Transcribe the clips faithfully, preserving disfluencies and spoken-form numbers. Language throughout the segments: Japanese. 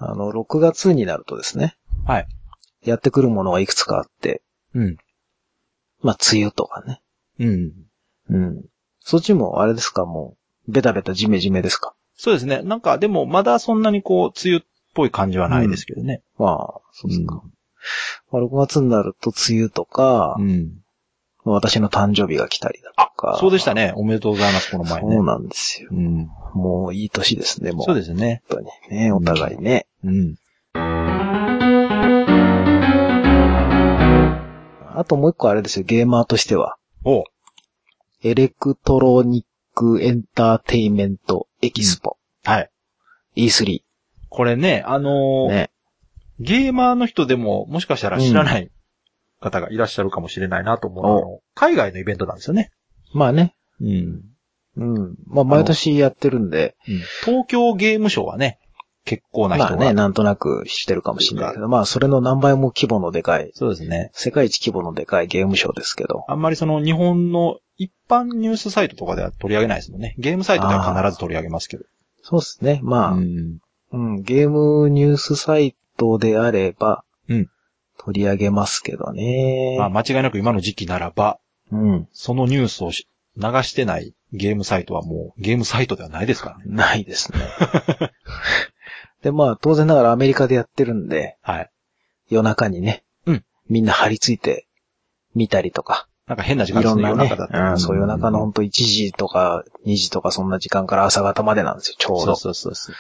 あの、ろくがつになるとですね。 はい。 やってくるものがいくつかあって。 うん。 まあ、梅雨とかね。 うん。 うん。そっちもあれですか、もう、ベタベタジメジメですか？ そうですね。なんか、でも、まだそんなにこう、梅雨っぽい感じはないですけどね。 うん、まあ、そうですか。うん、まあ、ろくがつになると梅雨とか、うん。私の誕生日が来たりだとか。 あ、そうでしたね。おめでとうございます、この前ね。 そうなんですよ。うん。もういい年ですね、もう。 そうですね。 本当にね、お互いね。うん。うん、あともう一個あれですよ、ゲーマーとしては。 おエレクトロニックエンターテイメントエキスポ。 うん、はい。 イースリー。 これね、あのー、ね。ゲーマーの人でももしかしたら知らない方がいらっしゃるかもしれないなと思うのは、うん、あの海外のイベントなんですよね。 まあね。 うん。 うん。まあ毎年やってるんで、 うん。東京ゲームショウはね、結構な人が。 まあね、なんとなく知ってるかもしれないけど、まあそれの何倍も規模のでかい。 そうですね。 世界一規模のでかいゲームショーですけど。 あんまりその日本の一般ニュースサイトとかでは取り上げないですもんね。ゲームサイトでは必ず取り上げますけど。 そうですね。まあ、 うん、 うん、ゲームニュースサイトであれば、うん、取り上げますけどね。 まあ間違いなく今の時期ならば、うん、そのニュースを流してないゲームサイトはもうゲームサイトではないですからね。 ないですね。で、まあ当然ながらアメリカでやってるんで、はい。夜中にね、うん、みんな張り付いて見たりとか。 なんか変な時間ですね、いろんなね、夜中だったら。 うん、そう夜中のほんといちじとかにじとかそんな時間から朝方までなんですよ、ちょうど。 そうそうそう。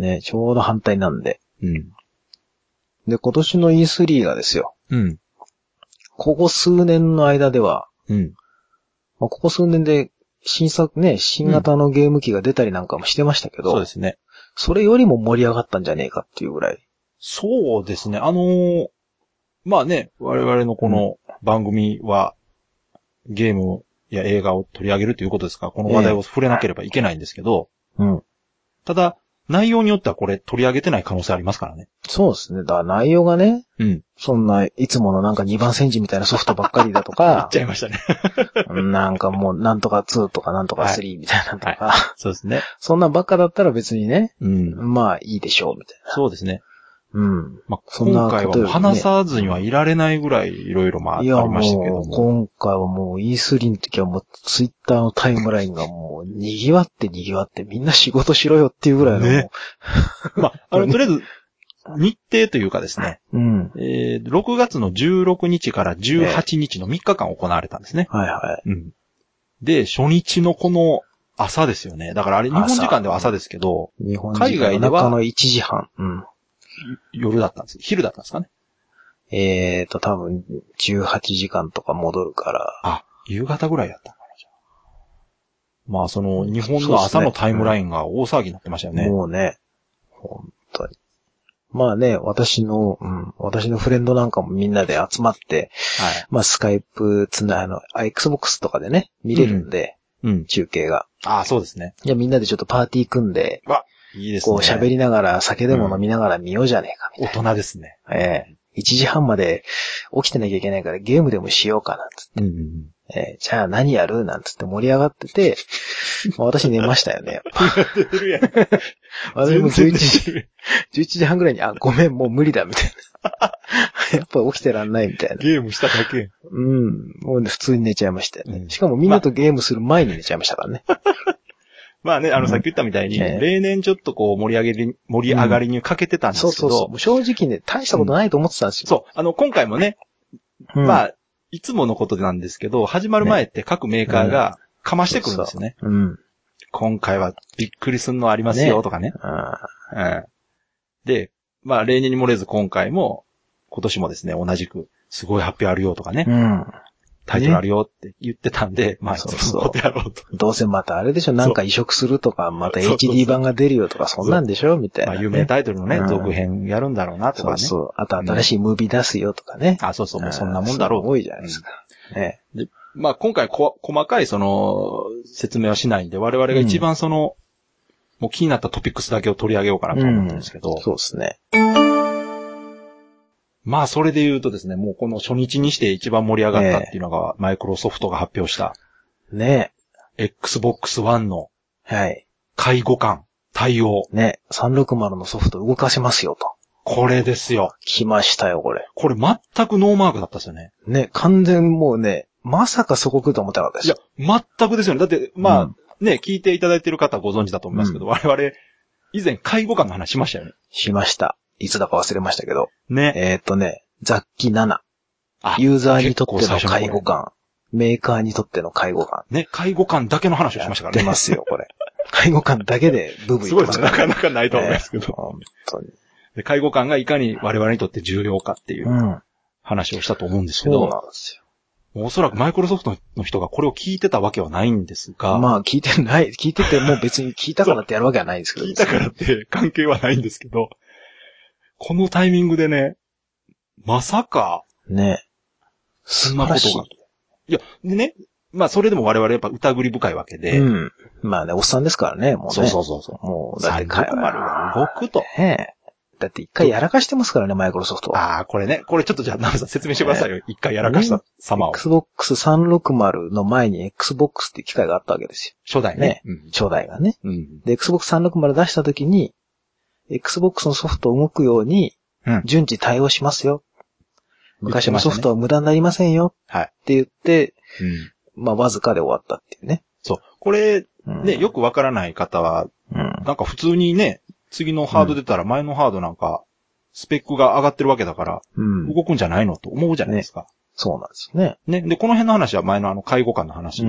ね、ちょうど反対なんで。 うん。 で、今年の イースリー がですよ。うん。ここ数年の間では、うん。まあ、ここ数年で新作ね、新型のゲーム機が出たりなんかもしてましたけど。 うん、そうですね。 それよりも盛り上がったんじゃねえかっていうぐらい。 そうですね。あのー、まあね、我々のこの番組は、ゲームや映画を取り上げるということですから、この話題を触れなければいけないんですけど、ええ、うん。ただ、内容によってはこれ取り上げてない可能性ありますからね。 そうですね。だから内容がね、うん。そんな、いつものなんかにばん戦時みたいなソフトばっかりだとか、 言っちゃいましたね。 なんかもう、なんとかツーとかなんとかスリーみたいなとか、はいはい、 そうですね。 そんなばっかだったら別にね、うん。まあいいでしょう、みたいな。 そうですね。 うん。 まあ、今回はもう話さずにはいられないぐらいいろいろまあありましたけども。 いやもう、今回はもう イースリー の時はもうツイッターのタイムラインがもう賑わって賑わってみんな仕事しろよっていうぐらいの。ね、 まあ、あの、とりあえず、日程というかですね。うん。えー、ろくがつのじゅうろくにちからじゅうはちにちのみっかかん行われたんですね。 はいはい。 うん。で、初日のこの朝ですよね。だからあれ日本時間では朝ですけど、 日本時間の中のいちじはん。うん。 夜だったんです。昼だったんですかね。 えーと、多分、じゅうはちじかんとか戻るから。 あ、夕方ぐらいやったかな、じゃあ。まあ、その、日本の朝のタイムラインが大騒ぎになってましたよね。 もうね、本当に。まあね、私の、うん、私のフレンドなんかもみんなで集まって、はい。まあ、スカイプつな、あの、Xbox とかでね、見れるんで、うん。中継が。 ああ、そうですね。 いや、みんなでちょっとパーティー組んで、 わ、いいですね。 こう喋りながら、酒でも飲みながら見ようじゃねえか、みたいな。 大人ですね。 ええー。いちじはんまで起きてなきゃいけないからゲームでもしようかなんつって。うんうん、えー、じゃあ何やるなんつって盛り上がってて、まあ、私寝ましたよね。 寝てるやん。 私もじゅういちじ、じゅういちじはんぐらいに、あ、ごめん、もう無理だ、みたいな。やっぱ起きてらんないみたいな。 ゲームしただけ。 うん。もう、ね、普通に寝ちゃいましたよね、うん。しかもみんなとゲームする前に寝ちゃいましたからね。 まあね、あの、さっき言ったみたいに、うん、例年ちょっとこう盛り上げり、盛り上がりにかけてたんですけど、うん、そうそうそう。正直ね、大したことないと思ってたんですよ。 うん、そう。あの、今回もね、うん、まあ、いつものことなんですけど、始まる前って各メーカーがかましてくるんですよね。 うん、 今回はびっくりすんのありますよ、とかね。ねうん、で、まあ、例年に漏れず今回も、今年もですね、同じく、すごい発表あるよとかね。うん。タイトルあるよって言ってたんで、ね、まあ、いつもことやろうと。 どうせまたあれでしょ、なんか移植するとか、また エイチディー 版が出るよとか、そんなんでしょみたいな、ね。 まあ、有名タイトルのね、うん、続編やるんだろうなとかね。 そうそう。あと新しいムービー出すよとかね。 うん、あ、そうそう、もうそんなもんだろう。 多いじゃないですか。うん、ね。 で、まあ、今回こ、細かいその、説明はしないんで、我々が一番その、うん、もう気になったトピックスだけを取り上げようかなと思ってるんですけど。 うん、そうですね。 まあ、それで言うとですね、もうこの初日にして一番盛り上がったっていうのが、マイクロソフトが発表した。 ねえ。Xbox One の。 はい。 介護官、 対応。 ね、さんびゃくろくじゅうのソフト動かせますよと。 これですよ。 来ましたよ、これ。 これ全くノーマークだったですよね。 ね、完全もうね、まさかそこ来ると思ってなかったですいや、全くですよね。だって、まあ、うん、ね、聞いていただいている方はご存知だと思いますけど、うん、我々、以前介護官の話しましたよね。 しました。いつだか忘れましたけど。 ね。 えー、っとね、雑記なな。ユーザーにとっての介護官。メーカーにとっての介護官。 ね、介護官だけの話をしましたからね。 出ますよ、これ。介護官だけでブブ言ってますから、 ね。すごいです。なかなかないと思いますけど。 ね、本当に。 で、介護官がいかに我々にとって重要かっていう話をしたと思うんですけど。 そうなんですよ。 おそらくマイクロソフトの人がこれを聞いてたわけはないんですが。 まあ聞いてない、聞いてても別に聞いたからってやるわけはないんですけど。 聞いたからって関係はないんですけど、このタイミングでね、まさか。 ね。 そんなことが。いや、でね、まあそれでも我々やっぱ疑り深いわけで。 うん。まあね、おっさんですからね、もうね。 そうそうそうそう。 もう、だってさんびゃくが動くと。 ねえ。だって一回やらかしてますからね、マイクロソフトは。 ああ、これね。これちょっとじゃあ、ナムさん説明してくださいよ。一回やらかした様を。 エックスボックスさんびゃくろくじゅう の前に Xbox っていう機械があったわけですよ。 初代ね。 ね。うん、初代がね。 うん、 で、Xbox さんびゃくろくじゅう出した時に、Xbox のソフト動くように、順次対応しますよ。うん、昔のソフトは無駄になりませんよ。 はい。 って言って、 うん、 まあ、わずかで終わったっていうね。 そう。これ、ね、うん、よくわからない方は、うん、なんか普通にね、次のハード出たら前のハードなんか、スペックが上がってるわけだから、うん、動くんじゃないのと思うじゃないですか。ね、 そうなんですよね。 ね。で、この辺の話は前のあの介護官の話、うん、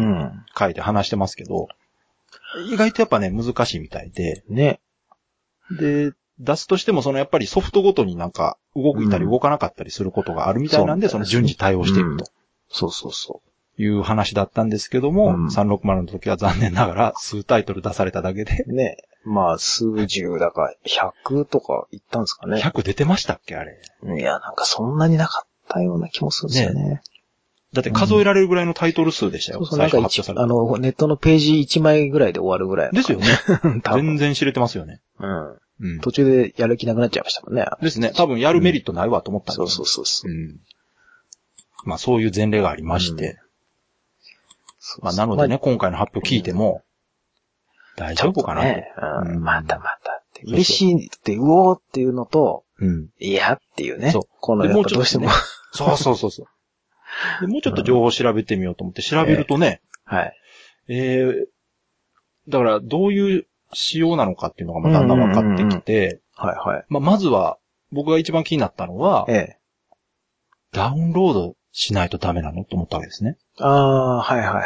書いて話してますけど、意外とやっぱね、難しいみたいで。 ね。 で、出すとしてもそのやっぱりソフトごとになんか動いたり動かなかったりすることがあるみたいなんで、うん、その順次対応していると。 うん、そうそうそう。 いう話だったんですけども、うん、さんびゃくろくじゅうの時は残念ながら数タイトル出されただけで。 ね。まあ、数十だから、ひゃくとか言ったんですかね。 ひゃく出てましたっけあれ。 いや、なんかそんなになかったような気もするんですよね。ね、 だって数えられるぐらいのタイトル数でしたよ。 うん、そうそう、なんか一、あの、ネットのページいちまいぐらいで終わるぐらい、 ね。ですよね。全然知れてますよね。 うん。うん。途中でやる気なくなっちゃいましたもんね。 ですね。多分やるメリットないわと思ったんで、 うん。そうそうそうそう。うん。 まあそういう前例がありまして。うん、まあなのでね、まあ、今回の発表聞いても、大丈夫かなと。 ね、うん、またまたって。嬉しいって、うおーっていうのと、うん、いやっていうね。そう。このやっぱどうしても。 そうそうそうそう。でもうちょっと情報を調べてみようと思って調べるとね。 えー、はい。 えー、だからどういう仕様なのかっていうのがまあだんだん分かってきて、うんうんうん、 はいはい。 まあまずは、僕が一番気になったのは、 ええ、 ダウンロードしないとダメなのと思ったわけですね。 ああ、はいはいはいはい。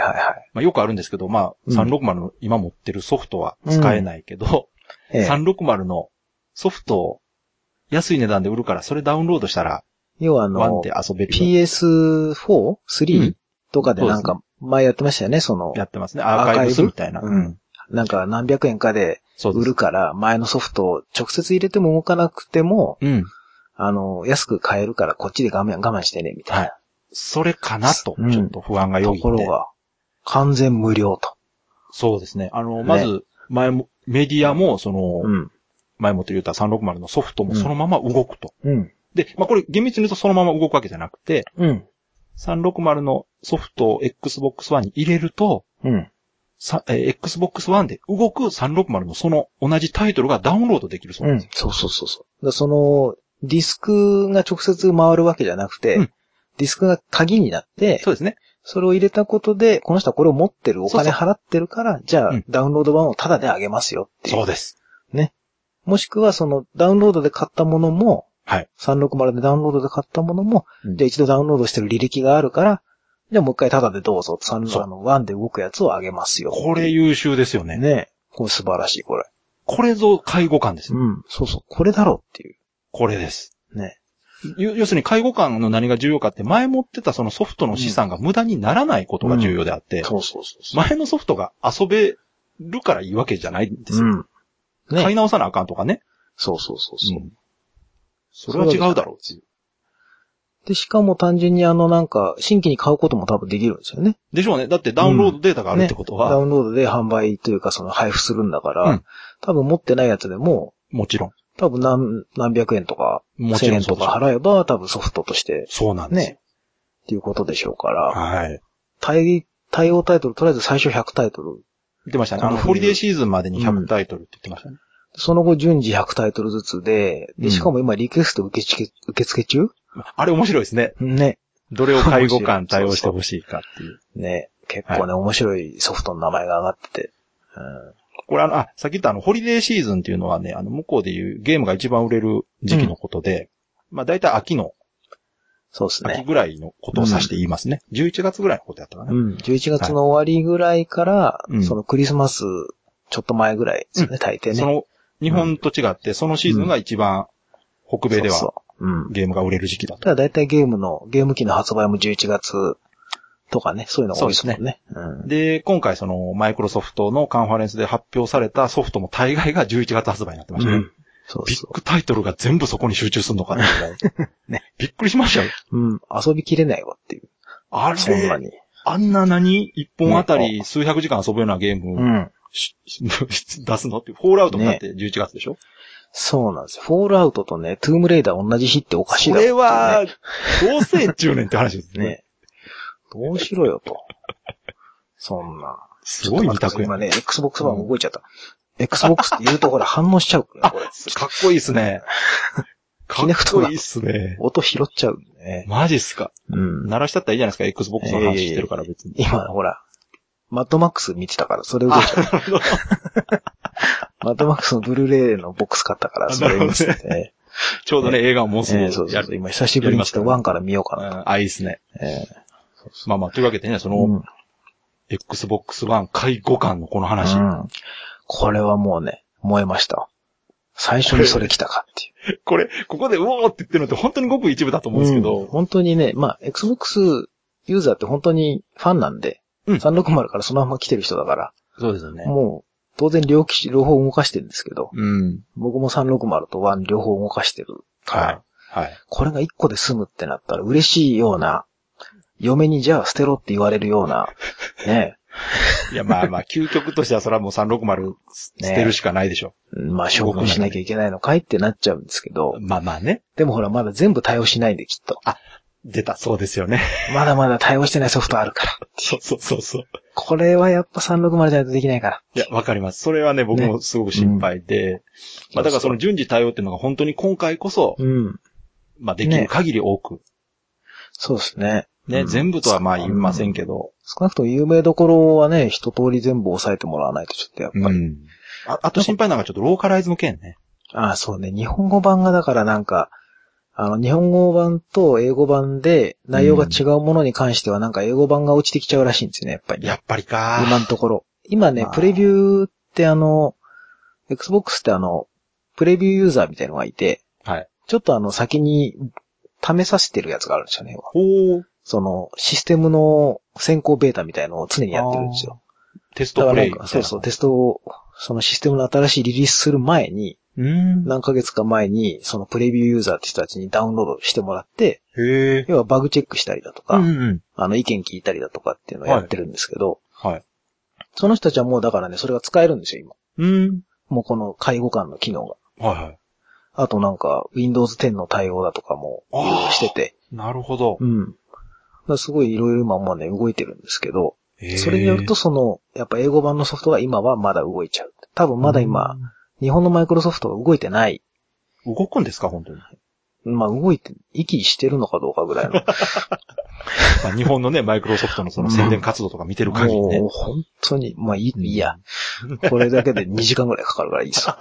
まあよくあるんですけど、まあ、さんびゃくろくじゅうの今持ってるソフトは使えないけど、うんええ、さんびゃくろくじゅうのソフトを安い値段で売るから、それダウンロードしたら、 要はあの、 ワンで遊べる。 ピーエスフォー?スリー?、うん、とかでなんか、前やってましたよね、その。 やってますね。アーカイブスみたいな。 うん。なんか何百円かで売るから、前のソフトを直接入れても動かなくても、うん。あの、安く買えるからこっちで我慢、我慢してね、みたいな。はい。 それかなと、ちょっと不安がよぎって、うん。 ところが、完全無料と。 そうですね。あの、まず、前も、メディアも、その、うん、前もと言うたさんびゃくろくじゅうのソフトもそのまま動くと。うん。で、まあ、これ厳密に言うとそのまま動くわけじゃなくて、うん。さんびゃくろくじゅうのソフトを Xbox One に入れると、うん。さえー、Xbox One で動くさんびゃくろくじゅうのその同じタイトルがダウンロードできるそうなんですよ。 うん。そうそうそうそう。だその、ディスクが直接回るわけじゃなくて、うん、ディスクが鍵になって、 そうですね。 それを入れたことで、この人はこれを持ってる、お金払ってるから、そうそうじゃあ、うん、ダウンロード版をタダであげますよっていう。 そうです。 ね。もしくは、その、ダウンロードで買ったものも、 はい。 さんびゃくろくじゅうでダウンロードで買ったものも、うん、じゃあ一度ダウンロードしてる履歴があるから、じゃあもう一回タダでどうぞ、さんびゃくろくじゅうのワンで動くやつをあげますよ。 これ優秀ですよね。 ね。これ素晴らしい、これ。 これぞ介護官ですよ。 うん。そうそう。これだろうっていう。 これです。 ね。 要するに介護官の何が重要かって、前持ってたそのソフトの資産が無駄にならないことが重要であって、 うん、そうそうそうそう。 前のソフトが遊べるからいいわけじゃないんですよ。うん。ね。買い直さなあかんとかね。 そうそうそうそう、うん。 それは違うだろうっていう。 で、しかも単純にあのなんか、新規に買うことも多分できるんですよね。 でしょうね。だってダウンロードデータがあるってことは。 うんね、ダウンロードで販売というかその配布するんだから、うん、多分持ってないやつでも、 もちろん。 多分何、何百円とか、千円とか払えば、多分ソフトとして。 そうなんですね。 っていうことでしょうから。 はい。 対、対応タイトル、とりあえず最初ひゃくタイトル。 言ってましたね。あの、ホリデーシーズンまでにひゃくタイトルって言ってましたね。 その後順次ひゃくタイトルずつで、で、しかも今リクエスト受付、受付中？ あれ面白いですね。 ね。 どれを介護官対応してほしいかっていう。 ね。結構ね、はい、面白いソフトの名前が上がってて。うん、 これあの、あ、さっき言ったあの、ホリデーシーズンっていうのはね、あの、向こうでいうゲームが一番売れる時期のことで、うん、まあ大体秋の、 そうですね。 秋ぐらいのことを指して言いますね。うん、じゅういちがつぐらいのことやったかな。 うん。じゅういちがつの終わりぐらいから、はい、そのクリスマスちょっと前ぐらいですね、うん、大抵ね。 その、日本と違って、そのシーズンが一番、北米では、ゲームが売れる時期だと。 だから大体ゲームの、ゲーム機の発売もじゅういちがつとかね、そういうのが多いですもんね。 そうですね。うん、で、今回その、マイクロソフトのカンファレンスで発表されたソフトも大概がじゅういちがつ発売になってましたね。うん、そうそうビッグタイトルが全部そこに集中するのかなね。びっくりしましたよ。 うん。遊びきれないわっていう。 あれそんなに。あんな何一本あたり数百時間遊ぶようなゲーム、うん、出すのって、フォールアウトもだってじゅういちがつでしょ、ね、 そうなんですよ。フォールアウトとね、トゥームレイダー同じ日っておかしいだろ、 ね。これは、どうせ中年って話ですね。ね。 どうしろよと。そんな。 すごい二択や。 今ね、Xbox One 動いちゃった。うん、Xbox って言うとほら反応しちゃう、ね。これかっこいいっすね。かっこいいっすね。 音拾っちゃうね。 マジっすか。 うん。 鳴らしちゃったらいいじゃないですか、Xbox の話してるから別に。 えー、今ほら、マッドマックス見てたから、それ動いちゃう。マッドマックスのブルーレイのボックス買ったから、それ見てて、ね。 ちょうどね、映画をもうすぐやる。 えー、そうそうそう。今久しぶりにしてワンから見ようかなと。 うん、あ、いいっすね。 えー、そうそうまあまあ、というわけでね、その、うん、Xbox One 介護官のこの話、うん。 これはもうね、燃えました。最初にそれ来たかっていう。 これ、ここでうおーって言ってるのって本当にごく一部だと思うんですけど。 うん、本当にね、まあ、Xbox ユーザーって本当にファンなんで、うん、さんびゃくろくじゅうからそのまま来てる人だから。 そうですよね。 もう、当然両機種両方動かしてるんですけど、 うん、 僕もさんびゃくろくじゅうとワン両方動かしてるから、 はいはい、 これがいっこで済むってなったら嬉しいような、嫁にじゃあ捨てろって言われるような、ね。 いやまあまあ、究極としてはそれはもうさんびゃくろくじゅう捨てるしかないでしょ。 ね、まあ勝負しなきゃいけないのかいってなっちゃうんですけど。 まあまあね。 でもほらまだ全部対応しないんできっと。 あ、出た、そうですよね。 まだまだ対応してないソフトあるから。 そうそうそうそう。 これはやっぱさんびゃくろくじゅうじゃないとできないから。 いや、わかります。それはね、僕もすごく心配で。ねうん、まあだからその順次対応っていうのが本当に今回こそ、 うん、 まあできる限り多く。ね、 そうですね。 ね、うん、全部とはまあ言いませんけど。 少なくとも有名どころはね、一通り全部押さえてもらわないとちょっとやっぱり。うん、 あ, あと心配なのがちょっとローカライズの件ね。 ああ、そうね。日本語版がだからなんか、あの、日本語版と英語版で内容が違うものに関してはなんか英語版が落ちてきちゃうらしいんですよね、やっぱり、ね。 やっぱりか。 今のところ。今ね、まあ、プレビューってあの、Xbox ってあの、プレビューユーザーみたいのがいて、 はい。 ちょっとあの、先に試させてるやつがあるんですよね。 ほー。 その、システムの先行ベータみたいのを常にやってるんですよ。 テストプレイみたいな。 そうそう、テストを、そのシステムの新しいリリースする前に、 うん何ヶ月か前に、そのプレビューユーザーって人たちにダウンロードしてもらって、 へ要はバグチェックしたりだとか、 うんうん、 あの意見聞いたりだとかっていうのをやってるんですけど、 はいはい、 その人たちはもうだからね、それが使えるんですよ、今。 うん、 もうこの介護官の機能が。 はいはい、 あとなんか、ウィンドウズテンの対応だとかも、いろいろしてて。 なるほど。 うん。だからすごいいろいろ今もね、動いてるんですけど、それによるとその、やっぱ英語版のソフトが今はまだ動いちゃう。多分まだ今、日本のマイクロソフトが動いてない。 動くんですか本当に。 まあ動いて、息してるのかどうかぐらいの。まあ日本のね、マイクロソフトのその宣伝活動とか見てる限りね。 もう本当に、まあいい、いや。これだけでにじかんぐらいかかるからいいですよ。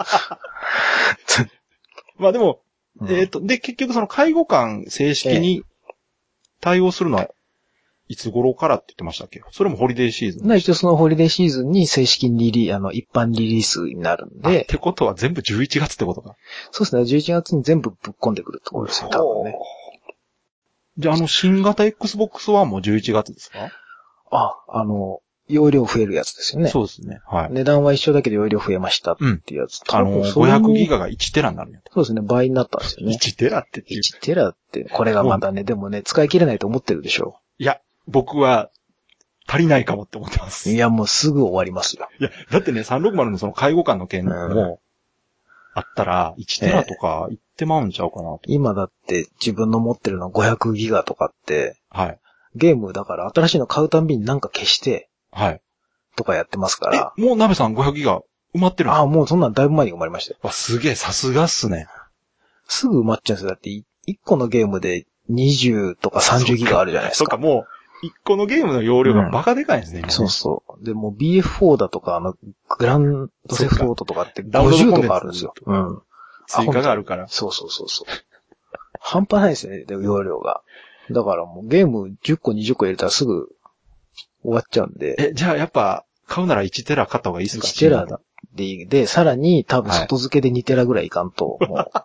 まあでも、うん、えっと、で、結局その介護官正式に対応するのはいつ頃からって言ってましたっけ？それもホリデーシーズン。 一応そのホリデーシーズンに正式にリリー、あの、一般リリースになるんで。 ってことは全部じゅういちがつってことか。 そうですね。じゅういちがつに全部ぶっ込んでくるってことですね、多分ね。 じゃああの、新型 Xbox One もじゅういちがつですか？ あ、あの、容量増えるやつですよね。 そうですね。はい。 値段は一緒だけど容量増えましたっていうやつ。 うん、あの、ごひゃくギガがいちテラになるんやった。 そうですね。倍になったんですよね。 いちテラっていちテラって、これがまたね、でもね、使い切れないと思ってるでしょう。いや、僕は、足りないかもって思ってます。 いや、もうすぐ終わりますよ。 いや、だってね、さんびゃくろくじゅうのその介護官の件も、あったら、いちテラとかいってまうんちゃうかなと、 えー。今だって自分の持ってるのごひゃくギガとかって、 はい。 ゲームだから新しいの買うたんびになんか消して、 はい。 とかやってますから。 え、もう鍋さんごひゃくギガ埋まってるんですか？ ああ、もうそんなんだいぶ前に埋まりましたよ。 わ、すげえ、さすがっすね。 すぐ埋まっちゃうんですよ。だって、いっこのゲームでにじゅうとかさんじゅうギガあるじゃないですか。 そっか、もう、いっこのゲームの容量がバカでかいんですね、 うん、 今ね。 そうそう。で、もう ビーエフフォー だとか、あの、グランドセフトオートとかってごじゅうとかあるんですよ。うん。 追加があるから。 そうそうそうそう。半端ないですね、容量が。だからもうゲームじゅっこにじゅっこ入れたらすぐ終わっちゃうんで。 え、じゃあやっぱ、買うならいちテラ買った方がいいですか？ いちテラでいい。で、さらに多分外付けでにテラぐらいいかんと、はい、もう。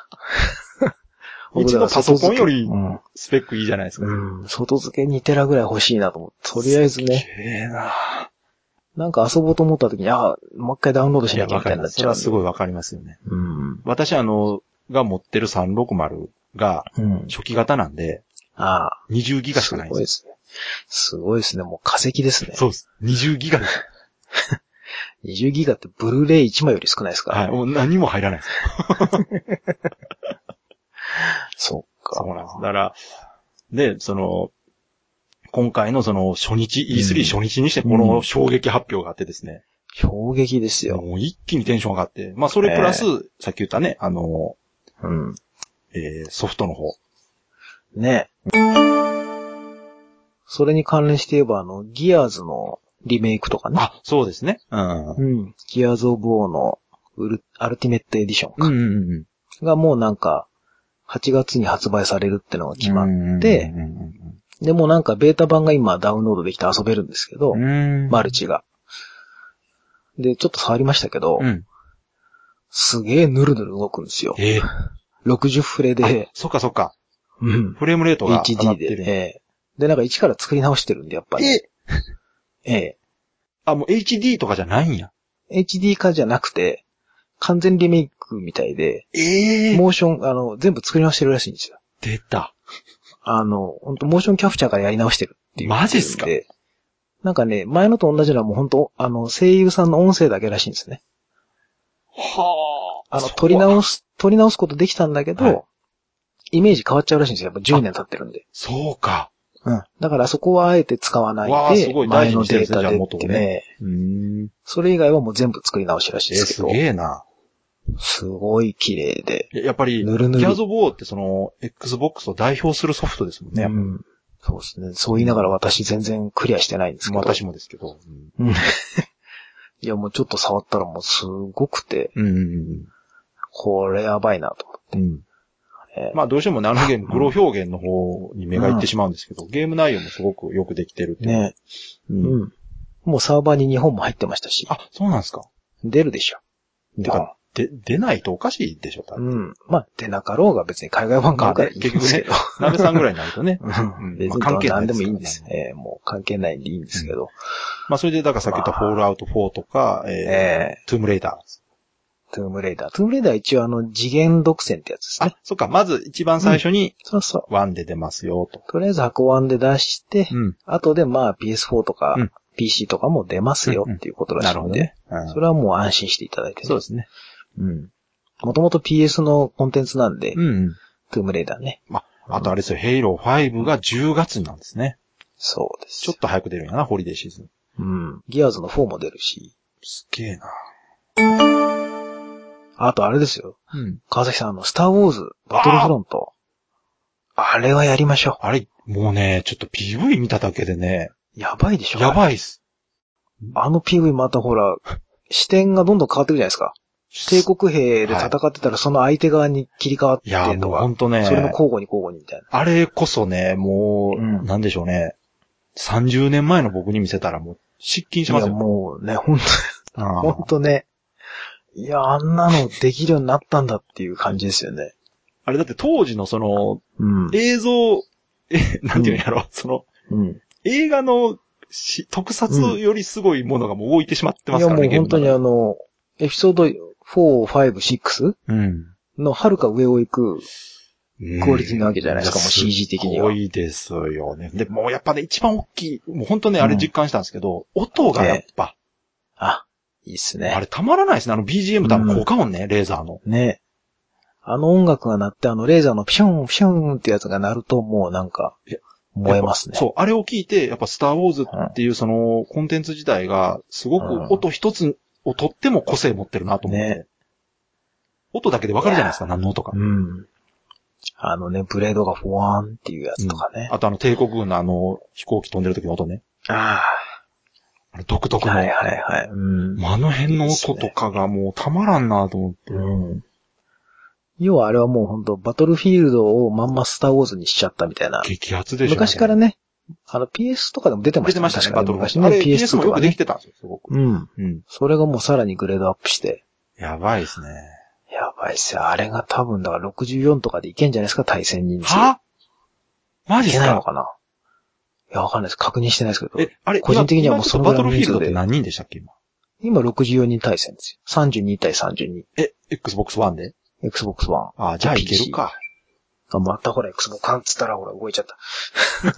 うちのパソコンよりスペックいいじゃないですか。 うん。外付けにテラぐらい欲しいなと思って。とりあえずね。 すげえな。 なんか遊ぼうと思った時に、あ、もう一回ダウンロードしなきゃみたいになっちゃう。 それはすごいわかりますよね。 うん。 私あの、が持ってるさんろくまるが初期型なんで、 うん、ああ。 にじゅうギガしかないんです。 すごいですね。すごいですね。もう化石ですね。 そうです。にじゅうギガです。 にじゅうギガってブルーレイいちまいより少ないですから、 ね。はい。もう何も入らないです。 そっか。 そうなんです。だから、で、その、今回のその初日、イースリー 初日にしてこの衝撃発表があってですね。 うん、衝撃ですよ。 もう一気にテンション上がって。まあそれプラス、えー、さっき言ったね、あの、 うん。 えー、ソフトの方。 ね。それに関連して言えば、あの、ギアーズのリメイクとかね。 あ、そうですね。うん。 うん。ギアーズ・オブ・オーのウルアルティメット・エディションか。 うんうんうん。 がもうなんか、はちがつに発売されるってのが決まって、うんうんうん、でもなんかベータ版が今ダウンロードできて遊べるんですけど、マルチが。で、ちょっと触りましたけど、うん、すげえヌルヌル動くんですよ。 えー、 ろくじゅうフレで。 そっかそっか。 うん。 フレームレートが上がってる。 エイチディー で。えー、で、なんか一から作り直してるんで、やっぱり。 えええー。あ、もう エイチディー とかじゃないんや。 エイチディー 化じゃなくて、完全リメイクみたいで、 ええー。 モーション、あの、全部作り直してるらしいんですよ。 出た。 あの、本当モーションキャプチャーからやり直してるっていう。 マジっすか？ なんかね、前のと同じのはもう本当あの、声優さんの音声だけらしいんですね。 はあ。あの、撮り直す、撮り直すことできたんだけど、はい、イメージ変わっちゃうらしいんですよ。やっぱじゅうねん経ってるんで。 そうか。 うん。だからそこはあえて使わないで、前のデータでってね。うん。それ以外はもう全部作り直しらしいですけど。 えー、すげえな。 すごい綺麗で。 やっぱり、 ぬるぬるギャーズ・オブ・ウォーってその、Xbox を代表するソフトですもんね。 うん。そうですね。そう言いながら私全然クリアしてないんですけど。 私もですけど。 うん、いやもうちょっと触ったらもうすごくて。 うんうんうん、 これやばいなと思って。うんえー、まあどうしてもね、あのゲーム、グロ表現の方に目がいってしまうんですけど、うん、ゲーム内容もすごくよくできてるっていう。 ね。うん。うん。もうサーバーに日本も入ってましたし。 あ、そうなんですか。 出るでしょ。 てか、で、出ないとおかしいでしょ、多分。 うん。まあ、出なかろうが別に海外版があるからいいんですけど。 結局ね、鍋さんぐらいになるとね。 うん。別に関係ない。何でもいいんです。えー、もう関係ないんでいいんですけど。うん、 まあ、それで、だからさっき言ったフォールアウトフォーとか、えー、えー、トゥームレイダー。 トゥームレイダー。トゥームレイダーは一応あの、次元独占ってやつですね。 あ、そっか。まず一番最初に、 うん、そうそう。 ワンで出ますよ、と。 とりあえず箱ワンで出して、うん、後でまあ ピーエスフォー とか、うん、ピーシー とかも出ますよっていうことらしいんで、うんうん、なるほどね。うん、それはもう安心していただいて、ね。 そうですね。 うん。もともと ピーエス のコンテンツなんで、うんうん、トゥームレイダーね。 まあ、あとあれですよ、ヘイローファイブがじゅうがつなんですね。 そうです。 ちょっと早く出るんやな、ホリデーシーズン。 うん。ギアーズのフォーも出るし。 すげえな。 あとあれですよ。うん。川崎さん、あの、スターウォーズ、バトルフロント。あ, あれはやりましょう。 あれ、もうね、ちょっと ピーブイ 見ただけでね。 やばいでしょ。 やばいっす。 あの ピーブイ またほら、視点がどんどん変わってくるじゃないですか。帝国兵で戦ってたらその相手側に切り替わってとか。いや、もうほんとね。それの交互に交互にみたいな。 あれこそね、もう、うん、なんでしょうね。さんじゅうねんまえの僕に見せたらもう、失禁しますよ。 いや、もうね、ほんと、ほんとね。いや、あんなのできるようになったんだっていう感じですよね。 あれだって当時のその、うん、映像、え、なんていうんやろ、うん、その、うん、映画のし特撮よりすごいものがもう置いてしまってますからね、 うん、いやもう本当にあの、エピソードよん、ご、ろく、うん、の遥か上を行くクオリティなわけじゃないですか、うん、もう シージー 的には。 すごいですよね。で、もうやっぱね、一番大きい、もう本当ね、あれ実感したんですけど、うん、音がやっぱ、 えー、あ、いいっすね。 あれたまらないですね、あの ビージーエム とあの効果音ね、うん、レーザーの。 ね。あの音楽が鳴って、あのレーザーのピシュン、ピシュンってやつが鳴ると、もうなんか、燃えますね。 そう、あれを聞いて、やっぱスターウォーズっていうそのコンテンツ自体が、すごく音一つをとっても個性持ってるなと思って。ね、音だけでわかるじゃないですか、何の音か。 うん。あのね、ブレードがフワーンっていうやつとかね。 うん、あとあの帝国軍のあの飛行機飛んでる時の音ね。 ああ。 あれ独特の。 はいはいはい。うん、 あの辺の音とかがもうたまらんなと思って。 うん、要はあれはもう本当バトルフィールドをまんまスターウォーズにしちゃったみたいな。 激アツでしょ。 昔からね、あの ピーエス とかでも出てましたね。 出てましたね、バトルフィールド。 あれピーエスピーエス もよくできてたんですよ、すごく。 うん。うん。それがもうさらにグレードアップして。 やばいですね。 やばいっすよ。あれが多分だからろくじゅうよんとかでいけんじゃないですか、対戦人数。 はマジっすか？ いけないのかないや、わかんないです。確認してないですけど。 え、あれ、 個人的にはもうそのぐらいのバトルフィールドって何人でしたっけ、今。 今ろくじゅうよにん対戦ですよ。さんじゅうに対さんじゅうに。 え、Xbox One で？ Xbox One。 あ、じゃあいけるか。 あ、またほら、Xbox One っつったらほら、動いちゃった。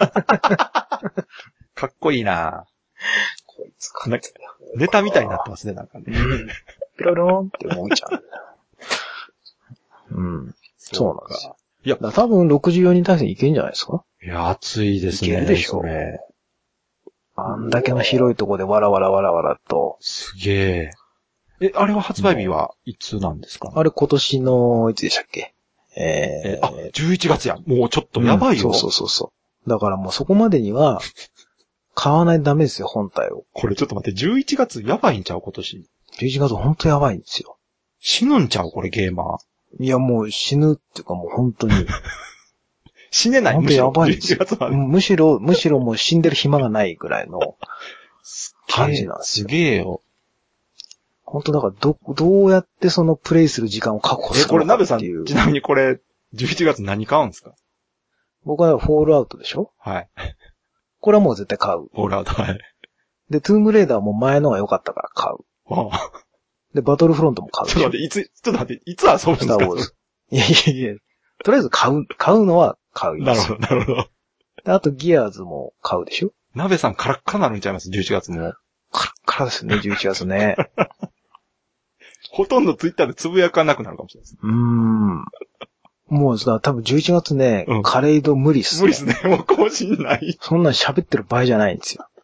かっこいいなこいつか。 ネタみたいになってますね、なんかね。 ピロローンって動いちゃう。うん。そうなんですよ。いや、多分ろくじゅうよにん対戦いけんじゃないですか？ いや、熱いですね。 いけるでしょ。 それ。 あんだけの広いとこでわらわらわらわらと。 すげえ。え、あれは発売日はいつなんですか？ あれ今年のいつでしたっけ？ えー、え、あ、じゅういちがつや。もうちょっとやばいよ。 うん、そうそうそうそう。だからもうそこまでには、買わないとダメですよ、本体を。 これちょっと待って、じゅういちがつやばいんちゃう今年。じゅういちがつほんとやばいんですよ。 死ぬんちゃうこれゲーマー。 いやもう死ぬっていうかもう本当に。 死ねない。 本当やばいですよ。むしろ、むしろもう死んでる暇がないぐらいの感じなんですよ。 すげえよ。 本当だからど、どうやってそのプレイする時間を確保するのかっていう。 え、これ、鍋さん、ちなみにこれ、じゅういちがつ何買うんですか？ 僕はフォールアウトでしょ？ はい。 これはもう絶対買う。 フォールアウト、はい。 で、トゥームレーダーも前のが良かったから買う。 ああ。 で、バトルフロントも買う。 ちょっと待って、いつ、ちょっと待って、いつ遊ぶんですか？スターウォーズ。 いやいやいや、とりあえず買う、買うのは買う。 なるほど、なるほど。 で、あとギアーズも買うでしょ？ 鍋さんカラッカラなるんちゃいます？ じゅういちがつも。 カラッカラですね、じゅういちがつね。 ほとんどツイッターでつぶやかなくなるかもしれないです。 うーん。もうさ、多分じゅういちがつね、うん、カレイド無理っすね。 無理っすね。もう更新ない。 そんな喋ってる場合じゃないんですよ。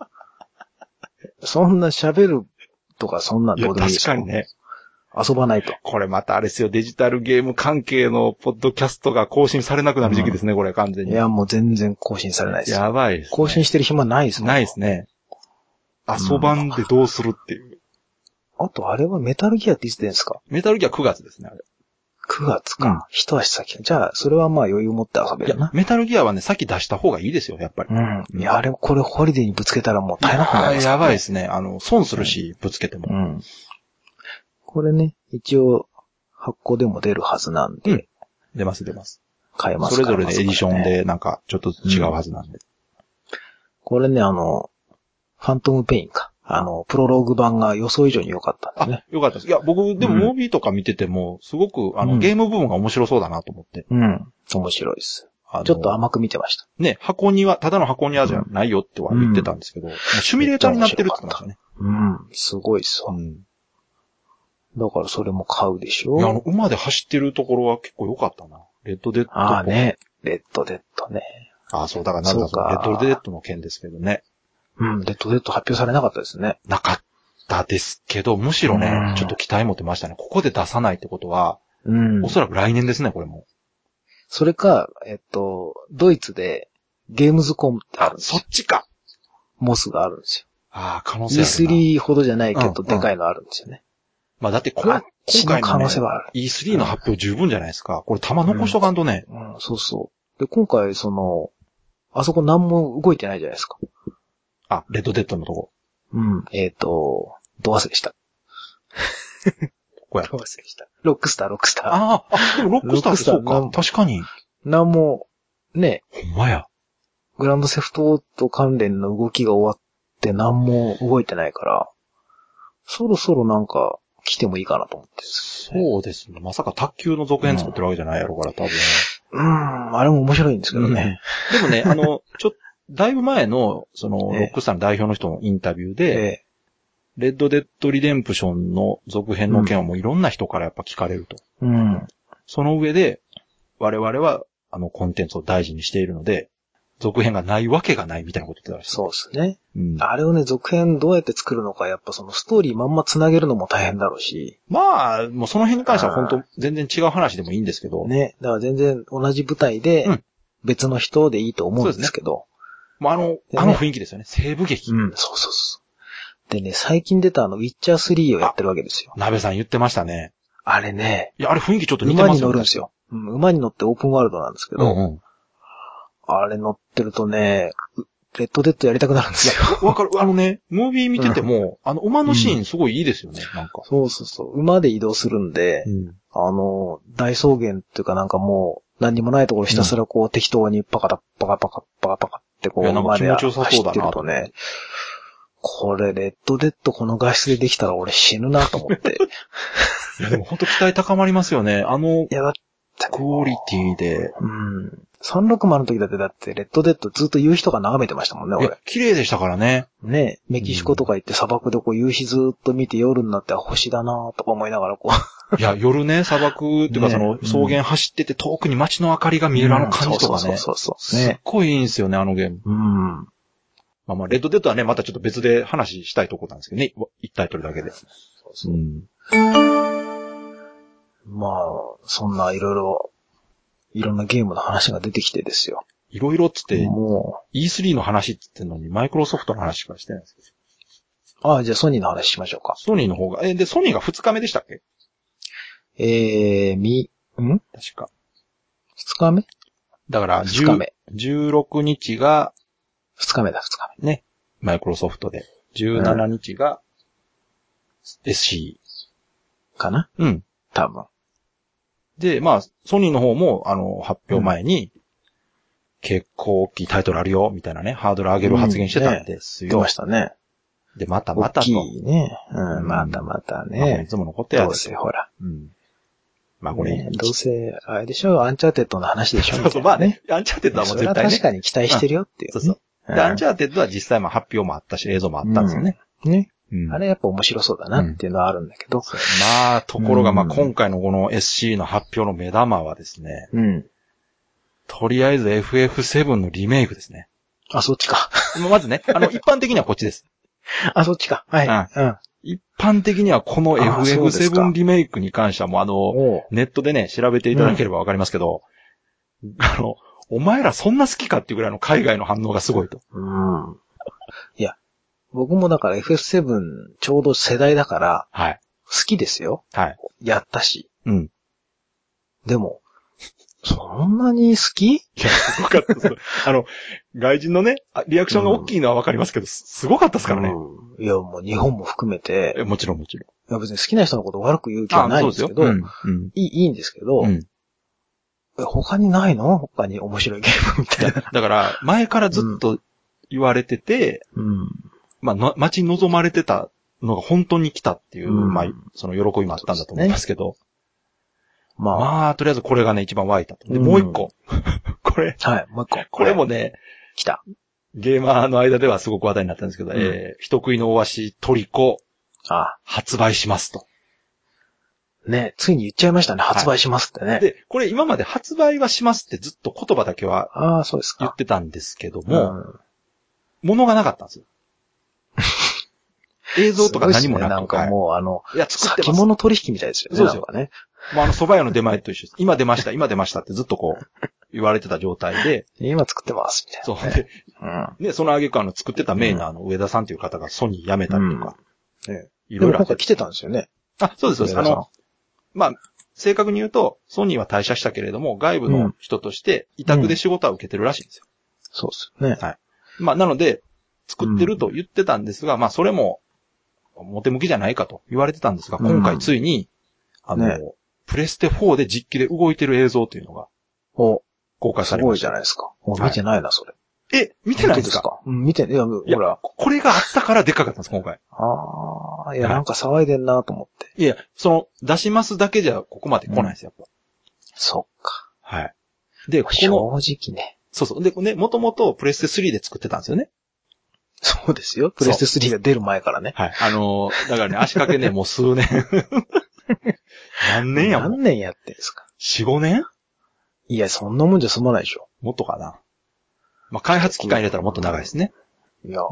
そんな喋るとかそんなどうでもいいですよ。 確かにね。 遊ばないと。 これまたあれですよ、デジタルゲーム関係のポッドキャストが更新されなくなる時期ですね、うん、これ完全に。 いや、もう全然更新されないです。 やばいです、ね。 更新してる暇ないですもん。 ないですね。遊ばんでどうするっていう。 うん、あと、あれはメタルギアっていつ出るんですか？ メタルギアくがつですね、あれ。 くがつか。うん、一足先。じゃあ、それはまあ余裕持って遊べるな。 メタルギアはね、先出した方がいいですよ、やっぱり。 うん。いや、あれ、これホリデーにぶつけたらもう大変なことになります、ね。 やばいですね。あの、損するし、うん、ぶつけても。 うん。これね、一応、発行でも出るはずなんで。うん、 出ます、出ます。 買えますから、ね。それぞれでエディションでなんか、ちょっと違うはずなんで。うん、 これね、あの、ファントムペインか。あの、プロローグ版が予想以上に良かったんですね。 あ、良かったです。いや、僕、でも、ムービーとか見てても、すごく、あの、うん、ゲーム部分が面白そうだなと思って。 うん。面白いです。ちょっと甘く見てました。 ね、箱庭、ただの箱庭じゃないよっては言ってたんですけど、うん、もうシミュレーターになってるって言ってましたね。 うん。すごいっすわ。うん。だからそれも買うでしょ？ いや、あの、馬で走ってるところは結構良かったな。レッドデッド。 ああね。レッドデッドね。 ああ、そう、だからなんだそう、レッドデッドの件ですけどね。 うん、レッドデッド発表されなかったですね。 なかったですけど、むしろね、うん、ちょっと期待持ってましたね。ここで出さないってことは、うん、おそらく来年ですね、これも。 それか、えっと、ドイツでゲームズコンってあるんですよ。 そっちか。 モスがあるんですよ。 ああ、可能性あるな。 イースリー ほどじゃないけど、でかいのあるんですよね。 うんうん、まあだってこ、今回の、ね、 可能性はある。 イースリー の発表十分じゃないですか。これ弾残しとかんとね、 うんうん。そうそう。で、今回、その、あそこ何も動いてないじゃないですか。 あ、レッドデッドのとこ。 うん。えっ、ー、と、ど忘れした。 こや。 ど忘れした。ロックスター、ロックスター。 ああ、でもロックスターってそうか。確かに。 何も、ね。 ほんまや。 グランドセフトオート関連の動きが終わって何も動いてないから、そろそろなんか来てもいいかなと思って、ね。 そうですね。まさか卓球の続編作ってるわけじゃないやろから、多分。 うん、あれも面白いんですけどね。 うん、でもね、あの、ちょっと、だいぶ前の、その、ロックスターの代表の人のインタビューで、ええ、レッドデッドリデンプションの続編の件はもういろんな人からやっぱ聞かれると。うん。その上で、我々は、あの、コンテンツを大事にしているので、 続編がないわけがないみたいなこと言ってたらしい。 そうですね。 うん。 あれをね、続編どうやって作るのか、やっぱそのストーリーまんま繋げるのも大変だろうし。 まあ、もうその辺に関しては本当全然違う話でもいいんですけど。 ね。だから全然同じ舞台で、別の人でいいと思うんですけど。 もうあの、ね、あの雰囲気ですよね。西部劇。 うん、そうそうそう。でね、最近出たあの、ウィッチャースリーをやってるわけですよ。 鍋さん言ってましたね。 あれね。 いや、あれ雰囲気ちょっと似てますよね。 馬に乗るんですよ。うん、馬に乗ってオープンワールドなんですけど。うんうん、あれ乗ってるとね、レッドデッドやりたくなるんですよ。 わかる。あのね、ムービー見てても、うん、あの馬のシーンすごいいいですよね、うん、なんか。 そうそうそう。馬で移動するんで、うん、あの、大草原っていうかなんかもう、何にもないところひたすらこう適当にパカタパカパカパカパカってこう馬で走ってるとね、これレッドデッドこの画質でできたら俺死ぬなと思って。 いやでも本当期待高まりますよね。あの、いやだってクオリティで。 うん。さんびゃくろくじゅうの時だってだってレッドデッドずっと夕日とか眺めてましたもんね、俺。 綺麗でしたからね。 ねメキシコとか行って砂漠でこう夕日ずっと見て夜になって星だなとか思いながらこう。 いや、夜ね、砂漠っていうかその草原走ってて遠くに街の明かりが見えるあの感じとかね。 そうそうそうそう。 ね。すっごいいいんですよね、あのゲーム。 うん。 まあまあ、レッドデッドはね、またちょっと別で話したいとこなんですけどね。一タイトルだけで。そうそう。うん、 まあ、そんないろいろ、いろんなゲームの話が出てきてですよ。 いろいろっつって、もう イースリー の話って言ってんのに、マイクロソフトの話しかしてないんですけど。ああ、じゃあソニーの話しましょうか。 ソニーの方が、え、で、ソニーがふつかめでしたっけ？ えー、み、ん？ 確か。 ふつかめ？ だから、 ふつかめ。 じゅうろくにちが、 ふつかめだ、ふつかめ。 ね。マイクロソフトで。じゅうしちにちが、エスシー。かな？ うん。 多分。 で、まあ、ソニーの方も、あの、発表前に、うん、結構大きいタイトルあるよ、みたいなね、ハードル上げる発言してたんですよ。 言ってましたね。 で、またまたと。 大きいね。うん、またまたね。 まあ、いつものことやで。 どうせ、ほら。 うん。まあこれ、 ね、どうせ、あれでしょ、アンチャーテッドの話でしょ。 そうそう、まあね、アンチャーテッドはもう絶対ね。 それは確かに期待してるよっていう、ねうん。そうそう。で、アンチャーテッドは実際まあ発表もあったし、映像もあったんですよね。 うん、ね。うん、あれやっぱ面白そうだなっていうのはあるんだけど。うん、 まあ、ところがまあ今回のこの エスシー の発表の目玉はですね。 うん。 とりあえず エフエフセブン のリメイクですね。 あ、そっちか。 まずね、あの、一般的にはこっちです。 あ、そっちか。はい。 うん。一般的にはこの エフエフセブン リメイクに関してはもうあの、ネットでね、調べていただければわかりますけど、うん、あの、お前らそんな好きかっていうぐらいの海外の反応がすごいと。 うん。いや、僕もだから エフエフセブン ちょうど世代だから、 はい。 好きですよ。 はい。 やったし。 うん。 でも、そんなに好き？ いや、すごかったです。あの、外人のね、リアクションが大きいのはわかりますけど、うん、すごかったですからね。 うん、いや、もう日本も含めて。 もちろんもちろん。 いや、別に好きな人のこと悪く言う気はないんですけど、うんうん、いい、いいんですけど、うん、他にないの？他に面白いゲームみたいな。 だから、前からずっと言われてて、うん、まあ、待ち望まれてたのが本当に来たっていう、うん、まあ、その喜びもあったんだと思いますけど、まあ、まあ、とりあえずこれがね、一番湧いたと。で、うん、もう一個。これ。 はい、もう一個。 これもね、 来た。 ゲーマーの間ではすごく話題になったんですけど、うん、えー、人食いの大足トリコ、 あ発売しますと。 ね、ついに言っちゃいましたね、発売しますってね。はい、 で、これ今まで発売はしますってずっと言葉だけは、 ああ、そうですか。 言ってたんですけども、うん、物がなかったんですよ。映像とか何もなくて、 ね、なんかもうあの、 いや、作ってます。 先物取引みたいですよね。 そうですよ。 なんかね。 もうあの、蕎麦屋の出前と一緒です。今出ました、今出ましたってずっとこう、言われてた状態で。 今作ってます、みたいな、 ね。そう。で、うん、で、その挙句あの、作ってたメーナーの上田さんという方がソニー辞めたりとか。 うん、ね。いろいろ。今回来てたんですよね。 あ、そうです、そうです。あの、まあ、正確に言うと、ソニーは退社したけれども、外部の人として委託で仕事は受けてるらしいんですよ。 うん、そうですよね。 はい。まあ、なので、作ってると言ってたんですが、うん、まあ、それも、表向きじゃないかと言われてたんですが、今回ついに、うん、あの、ね、プレステフォーで実機で動いてる映像というのが、公開されました。すごいじゃないですか。もう見てないな、それ。 え、見てないですか？ ですか？うん、見て、いや、ほら。 これがあったからでかかったんです、今回。 ああ、いや、なんか騒いでんなと思って。 いや、その、出しますだけじゃここまで来ないですよ、やっぱ。 そっか。 はい。で、この、 正直ね。 そうそう。で、ね、もともとプレステスリーで作ってたんですよね。 そうですよ。プレステスリーが出る前からね。 はい。あのー、だからね、足掛けね、もう数年。何年やもん。 何年やってんすか？ よん、ごねん？ いや、そんなもんじゃ済まないでしょ。 もっとかな。 まあ、開発期間入れたらもっと長いですね。 いや、うん、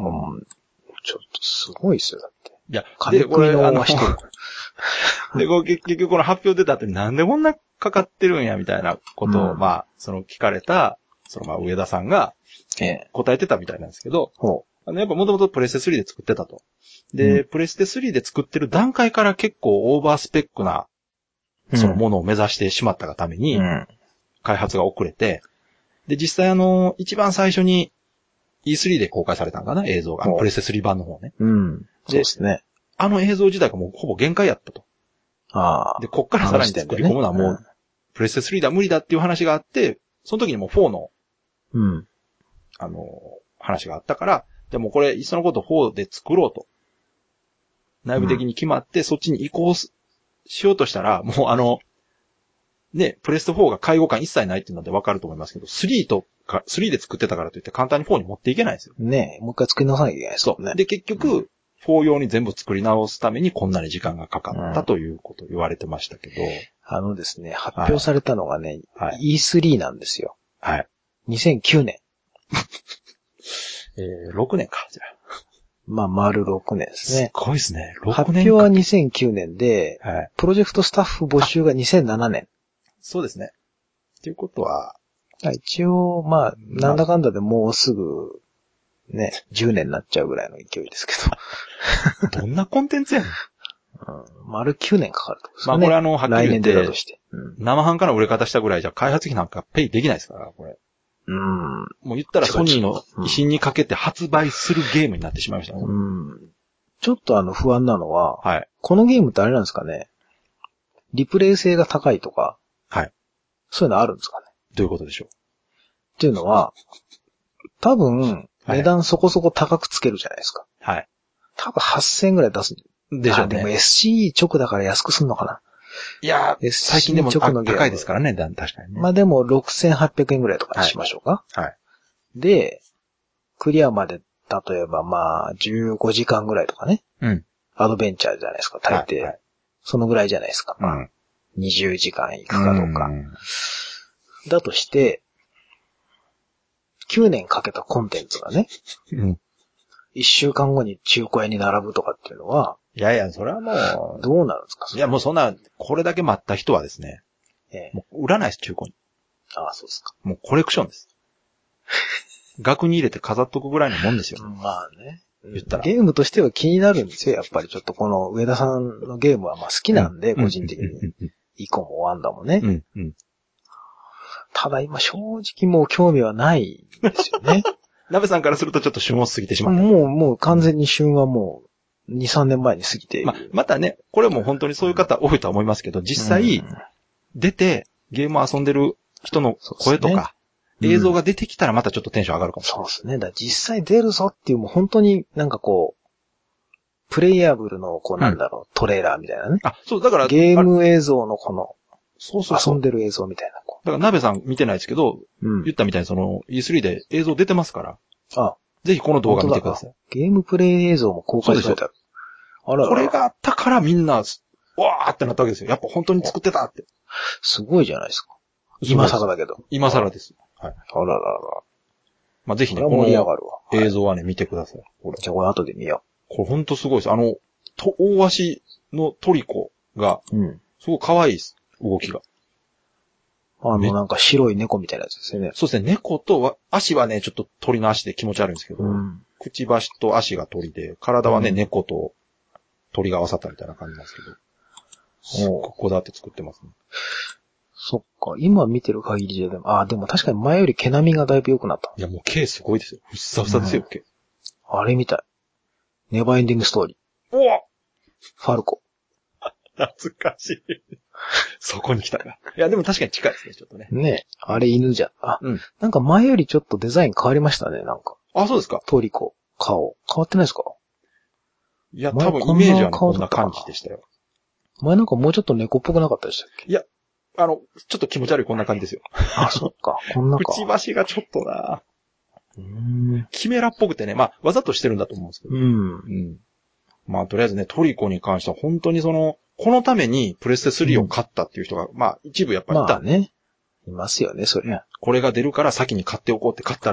ちょっとすごいですよ、だって。 いや、 金食いのましてる。 で、こう結局この発表出たってなんでこんなかかってるんや、みたいなことを、うん、まあ、その聞かれた、そのまあ上田さんが、答えてたみたいなんですけど、ええ、あのやっぱもともとプレステスリーで作ってたと。で、うん、プレステスリーで作ってる段階から結構オーバースペックな、そのものを目指してしまったがために、開発が遅れて、で、実際あの、一番最初に イースリー で公開されたのかな、映像が。プレステスリー版の方ね。 うん。そうですね。 あの映像自体がもうほぼ限界やったと。ああ。で、こっからさらに作り込むのはもう、プレステスリーでは無理だっていう話があって、その時にもうフォーの、うん。あの、話があったから、でもこれ、いっそのことフォーで作ろうと。内部的に決まって、うん、そっちに移行しようとしたら、もうあの、ね、プレステフォーが介護感一切ないっていうので分かると思いますけど、スリーとか、スリーで作ってたからといって簡単にフォーに持っていけないんですよ。 ねえ、もう一回作り直さなきゃいけないですよね。 そう。で、結局、うん、フォー用に全部作り直すためにこんなに時間がかかったということを言われてましたけど。うん、 あのですね、発表されたのがね、はい、イースリー なんですよ。 はい。 にせんきゅうねん。 えー、ろくねんか、じゃあ。 まあ、丸ろくねんですね。 すごいですね。ろくねんか。 発表はにせんきゅうねんで、はい、プロジェクトスタッフ募集がにせんななねん。 そうですね。っていうことは、 一応、まあ、なんだかんだでもうすぐ、ね、じゅうねんになっちゃうぐらいの勢いですけど。どんなコンテンツやねん。 うん、丸きゅうねんかかると、ね。 まあこれあの、はっきり言って、来年出たとして、うん、 生半可な売れ方したぐらいじゃ開発費なんかペイできないですから、これ。 うん。 もう言ったらソニーの威信にかけて発売するゲームになってしまいましたね。 うん。ちょっとあの不安なのは、 はい。 このゲームってあれなんですかね。リプレイ性が高いとか。 はい。 そういうのあるんですかね。 どういうことでしょう。 っていうのは、多分、値段そこそこ高くつけるじゃないですか。 はい。 多分はっせんえんぐらい出す。 でしょうね。 でも エスシー 直だから安くすんのかな。 いやー、最近でも高いですからね、確かにね。 まあでもろくせんはっぴゃくえんぐらいとかにしましょうか。 はい。はい、 で、クリアまで、例えばまあ、じゅうごじかんぐらいとかね。 うん。 アドベンチャーじゃないですか、大抵。はいはい、そのぐらいじゃないですか。まあ、うん、にじゅうじかんいくかどうか。うんだとして、きゅうねんかけたコンテンツがね、 うん、 いっしゅうかんごに中古屋に並ぶとかっていうのは、 いやいや、それはもう、 どうなるんですか？ いや、もうそんな、これだけ待った人はですね、 ええ、 もう売らないです、中古に。 ああ、そうですか。 もうコレクションです。額に入れて飾っとくぐらいのもんですよ。 まあね。 言ったら。 ゲームとしては気になるんですよ、やっぱりちょっとこの上田さんのゲームはまあ好きなんで、うん、個人的に。イコもワンダもね。 うんうん、 ただ今正直もう興味はないんですよね。 鍋さんからするとちょっと旬を過ぎてしまった。 もう、もう完全に旬はもうに、さんねんまえに過ぎている。 ま、またね、これも本当にそういう方多いとは思いますけど、実際、出てゲームを遊んでる人の声とか、ね、映像が出てきたらまたちょっとテンション上がるかもしれない。 そうですね。だから実際出るぞっていうもう本当になんかこう、プレイヤブルのこうなんだろう、うん、トレーラーみたいなね。 あ、そう、だから。 ゲーム映像のこの、 そうそうそう。 遊んでる映像みたいな。 だから、鍋さん見てないですけど、うん、言ったみたいにその イースリー で映像出てますから。 あぜひこの動画見てください。 ゲームプレイ映像も公開されてある。 あららこれがあったからみんな、わーってなったわけですよ。やっぱ本当に作ってたって。 すごいじゃないですか。今更だけど。 今更です。はい。 あららら。 まあ、ぜひね、この映像はね、見てください。 これじゃあこれ後で見よう。これ本当すごいです。あの、と大足のトリコが、うん、すごい可愛いです。動きが。 あの、なんか白い猫みたいなやつですよね。 そうですね。猫と、足はね、ちょっと鳥の足で気持ち悪いんですけど、うん、くちばしと足が鳥で、体はね、うん、猫と鳥が合わさったみたいな感じなんですけど、すっごくこだわって作ってますね。 そっか。今見てる限りじゃでも、あ、でも確かに前より毛並みがだいぶ良くなった。 いや、もう毛すごいですよ。ふっさふさですよ、毛、うん。 あれみたい。ネバーエンディングストーリー。おファルコ。 懐かしい。そこに来たか。いや、でも確かに近いですね、ちょっとね。 ねあれ犬じゃん。あ、 うん。 なんか前よりちょっとデザイン変わりましたね、なんか。 あ、そうですか。 トリコ、顔。変わってないですか？ いや、多分イメージはね、こんな感じでしたよ。 前なんかもうちょっと猫っぽくなかったでしたっけ？ いや、あの、ちょっと気持ち悪いこんな感じですよ。 あ、そっか。こんなか。 くちばしがちょっとなうーん。 キメラっぽくてね、まあ、わざとしてるんだと思うんですけど。 うん。 うん。まあ、とりあえずね、トリコに関しては本当にその、このためにプレステスリーを買ったっていう人が、うん、まあ、一部やっぱりいた。 まあね。いますよね、そりゃ。 これが出るから先に買っておこうって買ったら、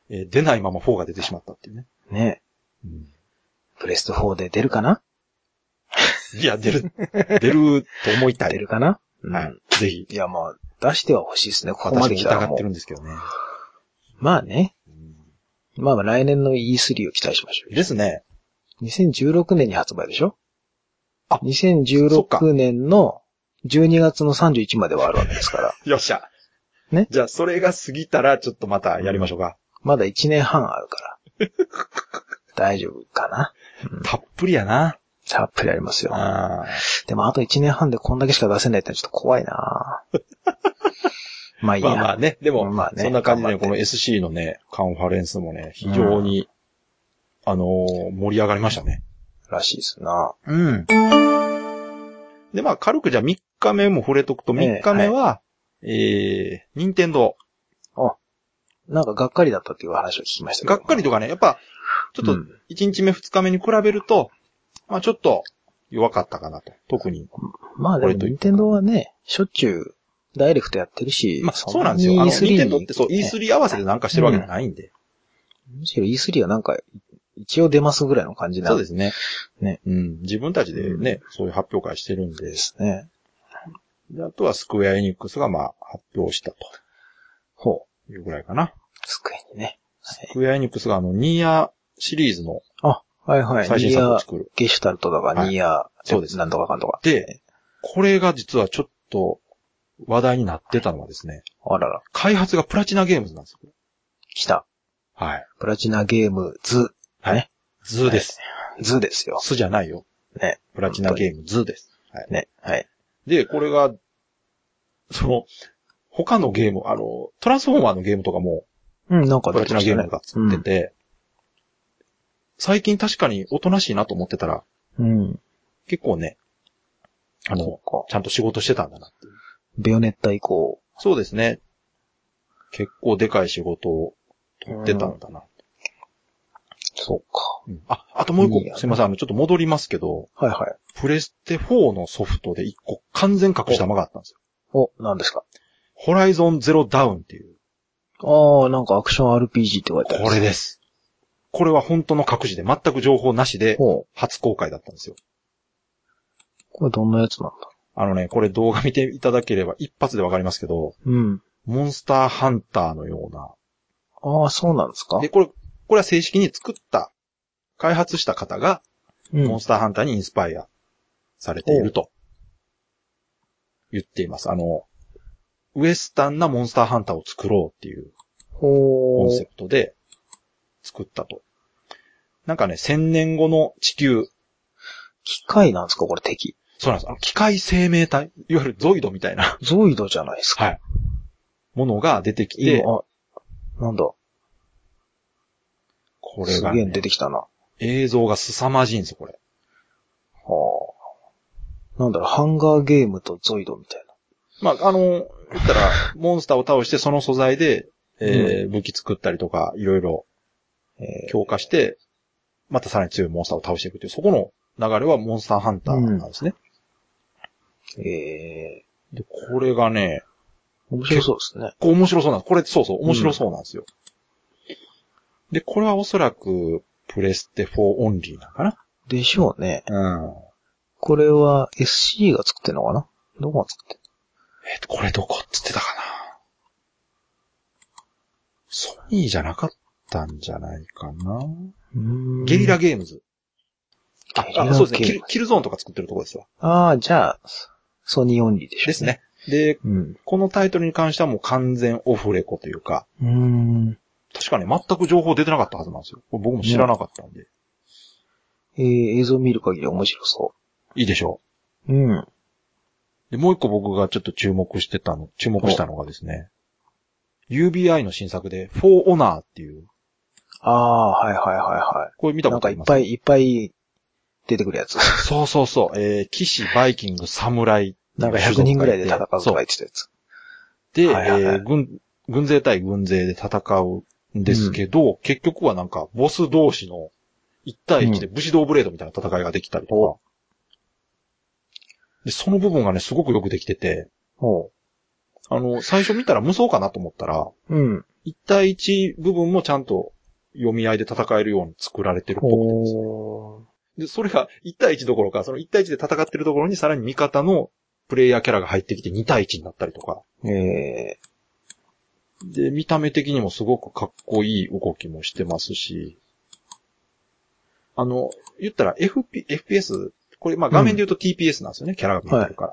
えー出ないままフォーが出てしまったっていうね。 ね。うん、プレステフォーで出るかないや、出る、出ると思いたい。 出るかな、 うん、はい。ぜひ。 いや、まあ、出しては欲しいですね。ここまで来たらもう。 私も疑ってるんですけどね。 まあね。うん、まあ来年の イースリー を期待しましょう。 ですね。 にせんじゅうろくねんに発売でしょ？あ、にせんじゅうろくねんのじゅうにがつのさんじゅういちまではあるわけですから。 よっしゃ。ね。じゃあ、それが過ぎたら、ちょっとまたやりましょうか。 うん、まだいちねんはんあるから。大丈夫かな、 うん、たっぷりやな。 たっぷりありますよ。でもあといちねんはんでこんだけしか出せないってのはちょっと怖いなまあいいや。 まあまあね。でも、まあね、そんな感じで、ね、この エスシー のね、カンファレンスもね、非常に、うん、あのー、盛り上がりましたね。 らしいですな。 うん。で、まあ軽くじゃあみっかめも触れとくと、みっかめは、えー、はい、えー、任天堂。 あ、なんかがっかりだったっていう話を聞きましたけど。 がっかりとかね、やっぱ、ちょっと、いちにちめふつかめに比べると、まあちょっと、弱かったかなと。特に。 まあでも、任天堂はね、しょっちゅう、ダイレクトやってるし。 まあそうなんですよ。あの、任天堂ってそう、イースリー 合わせでなんかしてるわけじゃないんで。 うん、むしろ イースリー はなんか、一応出ますぐらいの感じな。 そうですね。 ね。 うん。自分たちでね、うん、そういう発表会してるんで。 ですね。 で、あとはスクエアエニックスがまあ発表したと。 ほう。いうぐらいかな。 スクエニね。 はい、スクエアエニックスがあの、ニーアシリーズの。 あ、はいはい。 最新作を作る。 ゲシュタルトだか、ニーア、はい、 そうです。 なんとかかんとか。 で、これが実はちょっと話題になってたのはですね。 あらら。 開発がプラチナゲームズなんですよ。 来た。 はい。 プラチナゲームズ。 はい。ね、ズです。 はい、ズですよ。 スじゃないよ。 ね。 プラチナゲームズです。 はい。ね。はい。 で、これが、その、他のゲーム、あの、トランスフォーマーのゲームとかも、 うん、なんか、 プラチナゲームが作ってて、うん、最近確かにおとなしいなと思ってたら、 うん。 結構ね、あの、ちゃんと仕事してたんだなっていう。 ベヨネッタ以降。 そうですね。結構でかい仕事を取ってたんだな。うん、 そうか。 うん、あ、あともう一個、いいすいません、あの、ちょっと戻りますけど、 はいはい。 プレステフォーのソフトで一個完全隠し玉があったんですよ。 お、何ですか？ ホライゾンゼロダウンっていう。 ああ、なんかアクション アールピージー って書いてある。 これです。これは本当の隠しで全く情報なしで初公開だったんですよ。 これどんなやつなんだ？ あのね、これ動画見ていただければ一発でわかりますけど、 うん。 モンスターハンターのような。 ああ、そうなんですか？ で、これ、これは正式に作った、開発した方が、モンスターハンターにインスパイアされていると言っています。あの、ウエスタンなモンスターハンターを作ろうっていうコンセプトで作ったと。なんかね、千年後の地球。 機械なんですかこれ敵。 そうなんです。あの機械生命体。いわゆるゾイドみたいな。 ゾイドじゃないですか。 はい。ものが出てきて。 あ、なんだ。 これが、 ね、すげえ出てきたな。 映像が凄まじいんですよ、これ。 はあ。なんだろう、ハンガーゲームとゾイドみたいな。 まあ、あの、言ったら、モンスターを倒してその素材で、えーうん、武器作ったりとか、いろいろ、強化して、またさらに強いモンスターを倒していくという、そこの流れはモンスターハンターなんですね。 うん、えー、で、これがね、 面白そうですね。 結構面白そうなんです。これ、そうそう、面白そうなんですよ。うん、で、これはおそらく、プレステフォーオンリーなのかな？ でしょうね。 うん。 これは エスシー が作ってんのかな？どこが作ってんの？ えっと、これどこって言ってたかな？ソニーじゃなかったんじゃないかな？ うーんゲリラゲームズ。あ、あそうですねキル。キルゾーンとか作ってるとこですわ。 ああ、じゃあ、ソニーオンリーでしょうね。 ですね。で、うん、このタイトルに関してはもう完全オフレコというか。 うーん。 確かに全く情報出てなかったはずなんですよ。これ僕も知らなかったんで。ね、 えー、映像見る限り面白そう。 いいでしょう。うん。 で、もう一個僕がちょっと注目してたの、注目したのがですね、ユービーアイ の新作で、フォーオナーっていう。 ああ、はいはいはいはい。 これ見たことあります？ なんかいっぱいいっぱい出てくるやつ。 そうそうそう。えー、騎士、バイキング、侍。 なんかひゃくにんぐらいで戦うとか言ってたやつ。 で、はいはいはい、えー、軍、軍勢対軍勢で戦うんですけど、うん、結局はなんか、ボス同士のいち対いちで武士道ブレードみたいな戦いができたりとか。うん、で、その部分がね、すごくよくできてて、あの、最初見たら無双かなと思ったら、 うん、 いち対いち部分もちゃんと読み合いで戦えるように作られてるっぽくてですよ。で、それがいち対いちどころか、そのいち対いちで戦ってるところにさらに味方のプレイヤーキャラが入ってきてに対いちになったりとか。 えー、で、見た目的にもすごくかっこいい動きもしてますし、あの、言ったら エフピー、エフピーエス、これまあ画面で言うと ティーピーエス なんですよね、うん、キャラが見えてるから。はい、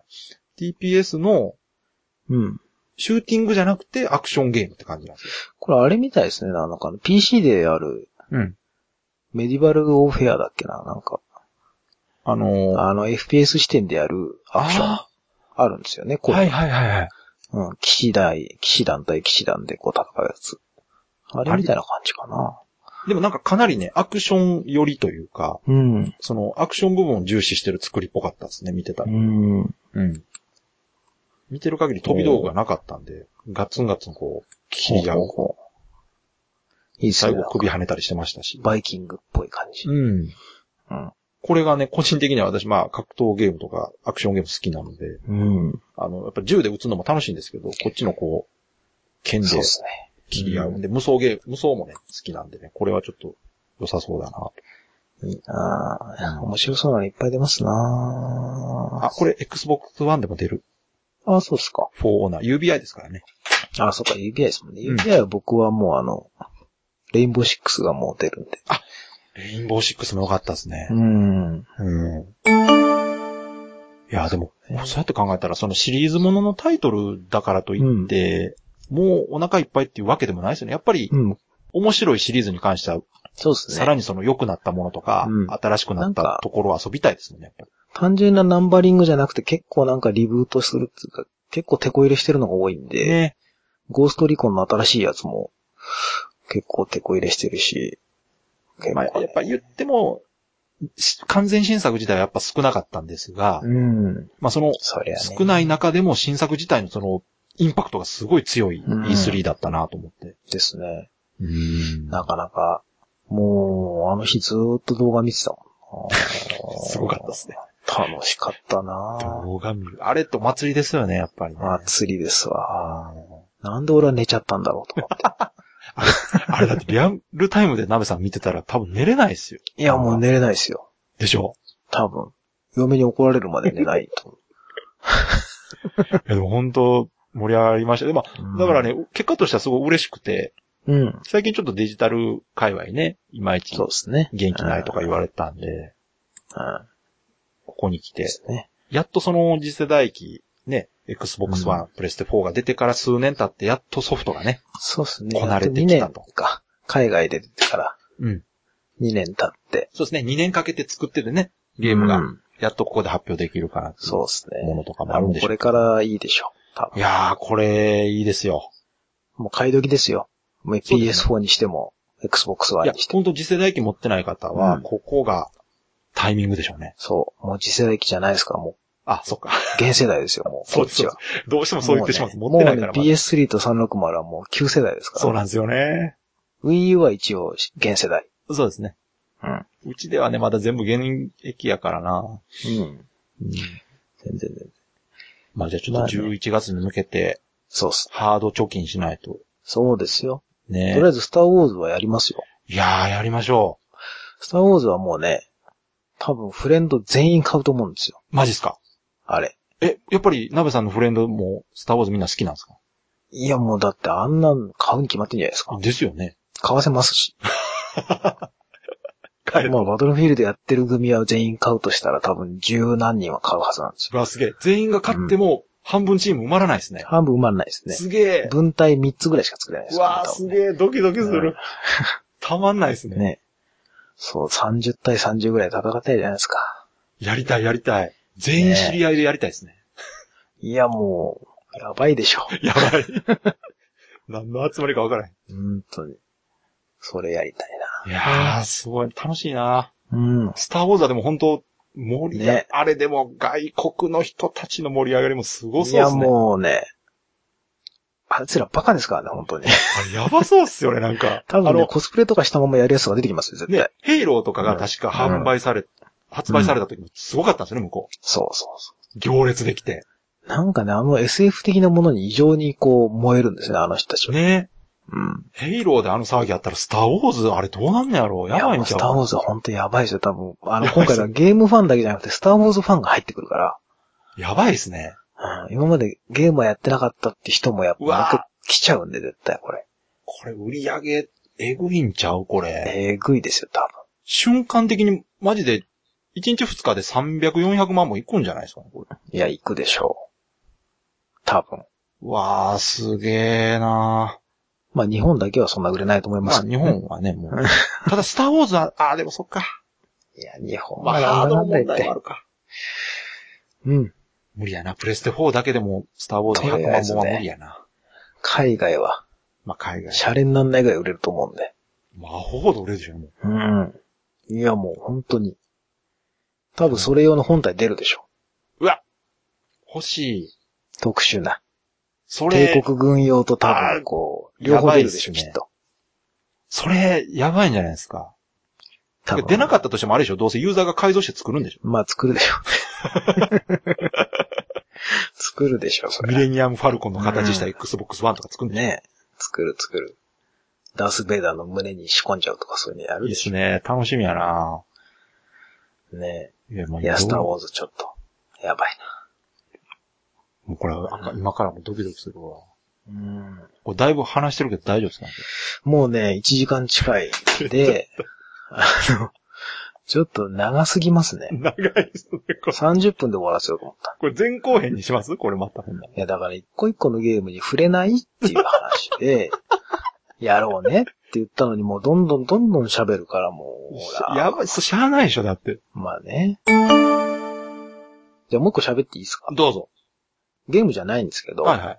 ティーピーエス の、 うん。 シューティングじゃなくてアクションゲームって感じなんですよ。 これあれみたいですね、なんか ピーシー である、 うん。 メディバルオーフェアだっけな、なんか。 あのー、 あの エフピーエス 視点でやるアクションあるんですよね、こう。 はいはいはいはい。 うん、騎士団、騎士団対騎士団でこう戦うやつ。あれみたいな感じかな。 でもなんかかなりね、アクション寄りというか、 うん。 そのアクション部分を重視してる作りっぽかったですね、見てたら。 うん。 うん。見てる限り飛び道具がなかったんで、ガッツンガッツンこう、切り合う。ほうほういいっすね。最後首跳ねたりしてましたし。 バイキングっぽい感じ。 うん。うん。これがね、個人的には私、まあ、格闘ゲームとかアクションゲーム好きなので、 うん。 あの、やっぱ銃で撃つのも楽しいんですけど、こっちのこう、剣で切り合う。うね、うん、で、無双ゲーム、無双もね、好きなんでね、これはちょっと良さそうだな。 いいなぁ、うん。面白そうなのいっぱい出ますなぁ。 あ、これ エックスボックスワン でも出る。 あ、そうっすか。 フォーオーナー、ユービーアイ ですからね。 あ、そっか、ユービーアイ ですもんね。ユービーアイ は僕はもうあの、レインボーシックスがもう出るんで。 あ、レインボーシックスも良かったですね。 うん。 うん。いや、でも、そうやって考えたら、そのシリーズもののタイトルだからといって、うん、もうお腹いっぱいっていうわけでもないですよね。やっぱり、うん、面白いシリーズに関しては、 そうですね。 さらにその良くなったものとか、うん、新しくなったところを遊びたいですもんね、やっぱり。 単純なナンバリングじゃなくて結構なんかリブートするっていうか、結構手こ入れしてるのが多いんで、ね、ゴーストリコンの新しいやつも結構手こ入れしてるし、 まあ、やっぱ言っても、完全新作自体はやっぱ少なかったんですが、 うん、 まあその、 そりゃね、 少ない中でも新作自体のその、インパクトがすごい強い イースリー だったなと思って。 ですね。 うん、 なかなか、もう、あの日ずーっと動画見てたもん。 すごかったですね。 楽しかったな動画見る。あれってお祭りですよね、やっぱりね。 祭りですわ。なんで俺は寝ちゃったんだろうと思って。 あれ、あれだってリアルタイムでナベさん見てたら多分寝れないですよ。 いや、もう寝れないですよ。 でしょ？ 多分。嫁に怒られるまで寝ないと。 いやでも本当盛り上がりました。でも、うん、だからね、結果としてはすごい嬉しくて、 うん、 最近ちょっとデジタル界隈ね、いまいち元気ないとか言われたんで、 うん、 ここに来て、 ね、 やっとその次世代機、ね、Xbox One、うん、プレステフォーが出てから数年経って、やっとソフトがね、 そうですね。 こなれてきたと。 にねんか。海外で出てから、 うん。 にねん経って。 そうですね。にねんかけて作っててね、ゲームが、やっとここで発表できるからっていう。 そうですね。 ものとかもあるんでしょう。 これからいいでしょう。多分。 いやー、これ、いいですよ。 もう買い時ですよ。もう ピーエスフォー にしても、Xbox One にしても。 いや、ほんと次世代機持ってない方は、ここがタイミングでしょうね。 そう。もう次世代機じゃないですか、もう。 あ、そっか。 現世代ですよ、もう。 そうですよ。どうしてもそう言ってしまう。持ってないから。 もうね、ピーエススリー とさんろくまるはもう旧世代ですから。 そうなんですよね。 Wii U は一応現世代。 そうですね。 うん。 うちではね、まだ全部現役やからな。 うん。うん。全然全然。 まあじゃあちょっとじゅういちがつに向けて、 そうっす。 ハード貯金しないと。 そうですよ。 ね。 とりあえずスターウォーズはやりますよ。 いやー、やりましょう。スターウォーズはもうね、多分フレンド全員買うと思うんですよ。 マジっすか？ あれ。 え、やっぱり、ナベさんのフレンドも、スターウォーズみんな好きなんですか？ いや、もうだってあんなの買うに決まってんじゃないですか。 ですよね。 買わせますし。まあ、バトルフィールドやってる組は全員買うとしたら多分十何人は買うはずなんですよ。 うわ、すげえ。全員が買っても、半分チーム埋まらないですね。 半分埋まらないですね。 すげえ。 分隊みっつぐらいしか作れないですから、ね。うわー、すげえ。ドキドキする。うん、たまんないですね。 ね。そう、さんじゅう対さんじゅうぐらい戦いたいじゃないですか。 やりたい、やりたい。全員知り合いでやりたいですね。ねいや、もう、やばいでしょ。 やばい。何の集まりか分からへん。 本当に。それやりたいな。 いやー、すごい。楽しいな。 うん。 スターウォーズはでも本当、盛り上がり、ね、あれでも外国の人たちの盛り上がりもすごそうですね。 いや、もうね、あいつらバカですからね、本当に。 あれやばそうっすよね、なんか。 多分ね、コスプレとかしたままやるやつが出てきますよ、絶対。 ね、ヘイローとかが確か販売され、うん、発売された時もすごかったんですよね、向こう。 そうそうそう。 行列できて。 なんかね、あの エスエフ 的なものに異常にこう燃えるんですよね、あの人たちは。 ね。 うん。 ヘイローであの騒ぎあったらスターウォーズあれどうなんねやろうやばいんちゃうスターウォーズは本当にやばいですよ、多分。あの、今回はゲームファンだけじゃなくて、スターウォーズファンが入ってくるから。 やばいですね。 うん。今までゲームはやってなかったって人もやっぱ来ちゃうんで、絶対これ。 これ売り上げ、えぐいんちゃうこれ。 えぐいですよ、多分。 瞬間的に、マジで、いちにちふつかでさんびゃく、よんひゃくまんもいくんじゃないですかね、これ。 いや、いくでしょう。多分。 うわー、すげーなー。 まあ日本だけはそんな売れないと思いますけど、ね。まあ日本はね、もう。ただスターウォーズは、あーでもそっか。 いや、日本は。まあハードの問題もあるか。 うん。 無理やな。プレステフォーだけでもスターウォーズひゃくまん本は無理やな。 海外は。 まあ海外。 シャレになんないぐらい売れると思うんで。 魔法で売れるでしょ、もう。うん。いや、もう本当に。多分それ用の本体出るでしょ。 うわ欲しい。 特殊な。 それ。 帝国軍用と多分こう、両方出るでしょ、ね、きっと。 それ、やばいんじゃないですか。多分。出なかったとしてもあれでしょ、どうせユーザーが改造して作るんでしょ。 まあ作るでしょ。作るでしょ、それ。 ミレニアムファルコンの形した エックスボックスワン とか作るんでしょ。 ねえ。作る作る。ダース・ベイダーの胸に仕込んじゃうとかそういうのやるでしょ。 いいですね。楽しみやなねえ。いや、 まあ、 いやスターウォーズちょっと、やばいな。 もうこれ、今からもドキドキするわ。 うん。 これだいぶ話してるけど大丈夫ですかね。 もうね、いちじかん近いで、あの、ちょっと長すぎますね。 長いですね、これ。 さんじゅっぷんで終わらせようと思った。 これ前後編にしますこれまたほんなら。 いや、だから一個一個のゲームに触れないっていう話で、やろうねって言ったのにもうどんどんどんどん喋るからもう、 ほら。やばい、そう、しゃあないでしょ、だって。 まあね。じゃあもう一個喋っていいですか？ どうぞ。 ゲームじゃないんですけど、 はいはい。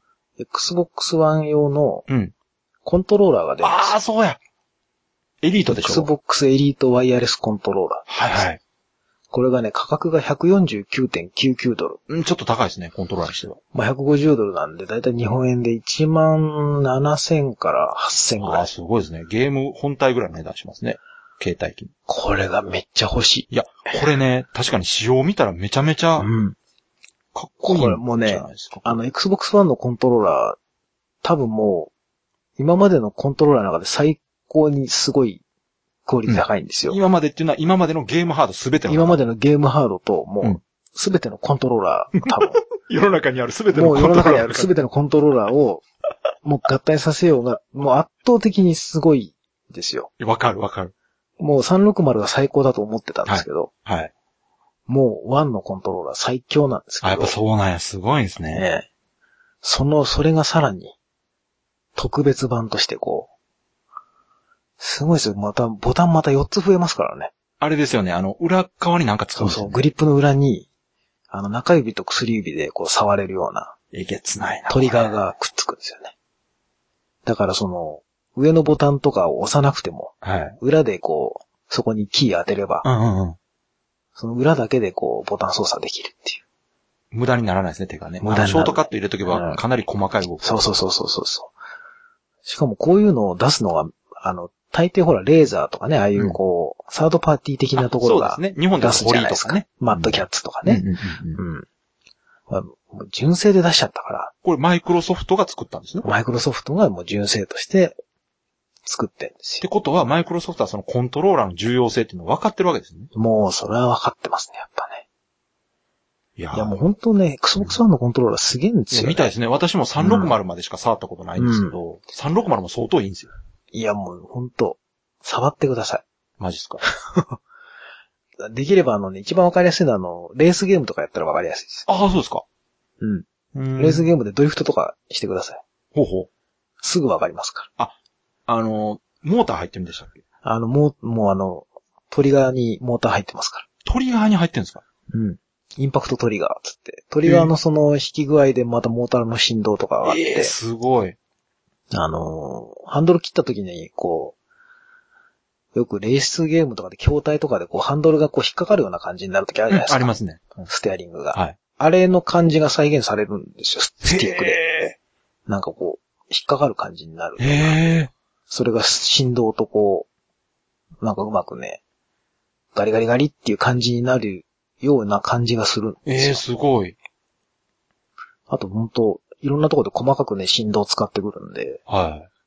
Xbox One 用の、 うん。 コントローラーが出ます。 ああ、そうや。エリートでしょ。 Xbox エリートワイヤレスコントローラー。 はいはい。 これがね、価格が ひゃくよんじゅうきゅうてんきゅうきゅうドル。 うん、ちょっと高いですね、コントローラーにしては。 まあ、ひゃくごじゅうドルなんで、だいたい日本円でいちまんななせんからはっせんぐらい。ああ、 すごいですね。ゲーム本体ぐらいの値段しますね。携帯機。 これがめっちゃ欲しい。 いや、これね、確かに仕様見たらめちゃめちゃ、うん。かっこいいんじゃないですか。これもうね、あの、Xbox One のコントローラー、多分もう、今までのコントローラーの中で最高にすごいクオリティ高いんですよ。 うん、今までっていうのは今までのゲームハードすべての。 今までのゲームハードと、もう、すべてのコントローラー、多分。 世の中にあるすべてのコントローラー。 もう世の中にあるすべてのコントローラーを、もう合体させようが、もう圧倒的にすごいですよ。 わかるわかる。 もうさんろくまるが最高だと思ってたんですけど。 はい。はい、 もうワンのコントローラー最強なんですけど。 あ、やっぱそうなんや。すごいですね。 ね。その、それがさらに、特別版としてこう、すごいですよ。また、ボタンまたよっつ増えますからね。 あれですよね。あの、裏側になんかつくんですよね。 そうそう。グリップの裏に、あの、中指と薬指でこう触れるような。 えげつないな。 トリガーがくっつくんですよね。だからその、上のボタンとかを押さなくても、はい。裏でこう、そこにキー当てれば、うんうんうん。その裏だけでこう、ボタン操作できるっていう。 無駄にならないですね、手がね。無駄にならない。ショートカット入れとけば、かなり細かい動き、 うん。そうそうそうそうそう。しかもこういうのを出すのは、あの、大抵ほら、レーザーとかね、ああいうこう、うん、サードパーティー的なところが、 そうですね。日本ではホリーとかね。 マッドキャッツとかね。うんうんうん。うん。純正で出しちゃったから。 これマイクロソフトが作ったんですね。 マイクロソフトがもう純正として作ってるんですよ。 ってことは、マイクロソフトはそのコントローラーの重要性っていうの分かってるわけですね。 もう、それは分かってますね、やっぱね。いや、いやもう本当ね、Xbox One のコントローラーすげえんですよ、ね。 みたいですね。私もさんろくまるまでしか触ったことないんですけど、うん、さんろくまるも相当いいんですよ。 いや、もう本当触ってください。 マジっすか。 できればあのね、一番わかりやすいのはあの、レースゲームとかやったらわかりやすいです。 ああ、そうですか。 うん。うんレースゲームでドリフトとかしてください。 ほうほう。 すぐわかりますから。 あ、あの、モーター入ってるんでしたっけ？ あの、もう、もうあの、トリガーにモーター入ってますから。 トリガーに入ってるんですか？ うん。インパクトトリガーつって。トリガーのその引き具合でまたモーターの振動とかがあって。 えー、すごい。 あの、ハンドル切った時に、こう、よくレースゲームとかで筐体とかでこうハンドルがこう引っかかるような感じになる時あるじゃないですか。 うん、ありますね。 ステアリングが。 はい。 あれの感じが再現されるんですよ、スティックで。なんかこう、引っかかる感じになる。 へー。 それが振動とこう、なんかうまくね、ガリガリガリっていう感じになるような感じがするんですよ。 えー、すごい。 あと本当いろんなところで細かくね、振動を使ってくるんで、 はい。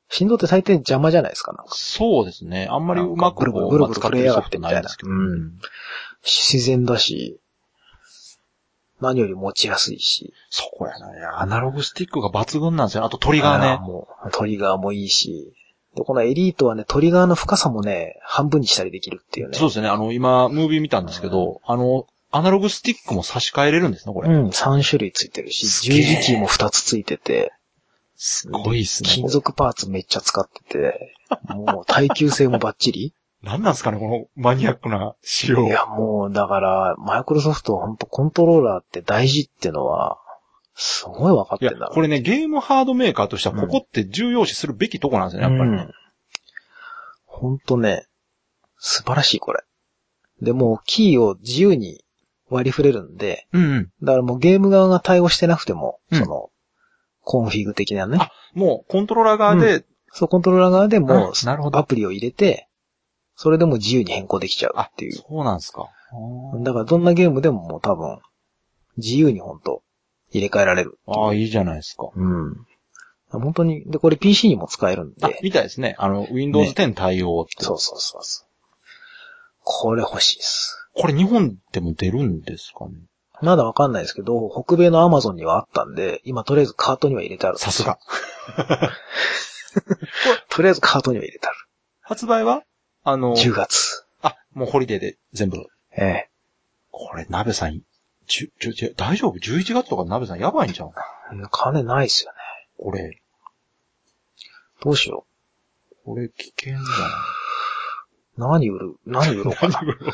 振動って最低邪魔じゃないですか、なんか。 そうですね。あんまりうまくブルブルブルブル震えやがってみたいな。 うん。 自然だし、何より持ちやすいし。 そこやな。アナログスティックが抜群なんですよ。あとトリガーね。 もうトリガーもいいし。で、このエリートはね、トリガーの深さもね、半分にしたりできるっていうね。 そうですね。あの、今、ムービー見たんですけど、あの、アナログスティックも差し替えれるんですね、これ。 うん、さん種類ついてるし、十字キーもふたつついてて。 すごいっすね。 金属パーツめっちゃ使ってて、もう耐久性もバッチリ。 何なんですかね、このマニアックな仕様。 いや、もう、だから、マイクロソフトは本当コントローラーって大事ってのは、すごい分かってんだろう。 これね、ゲームハードメーカーとしては、ここって重要視するべきとこなんですよね、うん、やっぱりね。 ほんとね、素晴らしい、これ。で、もう、キーを自由に割り振れるんで、 うんうん。 だからもうゲーム側が対応してなくても、うん、その、コンフィグ的なね。 あ、もうコントローラー側で、うん、 そう、コントローラー側でもう、なるほど。アプリを入れて、それでも自由に変更できちゃうっていう。 そうなんですか。 だからどんなゲームでももう多分、自由にほんと入れ替えられる。 ああ、いいじゃないですか。 うん。本当に、で、これ ピーシー にも使えるんで。 あ、みたいですね。あの、ウィンドウズテン 対応って、 ね。そうそうそうそう。これ欲しいです。 これ日本でも出るんですかね。 まだわかんないですけど、北米の Amazon にはあったんで、今とりあえずカートには入れてある。 さすが。 とりあえずカートには入れてある。 発売はあの、 じゅうがつ。 あ、もうホリデーで全部。 ええ。 これ、鍋さん、じゅ、じゅ、大丈夫 ?じゅういち 月とか鍋さんやばいんちゃう？ 金ないっすよね。 これ。 どうしよう。これ危険じゃない？ 何売る何売ろうかな。 何売ろう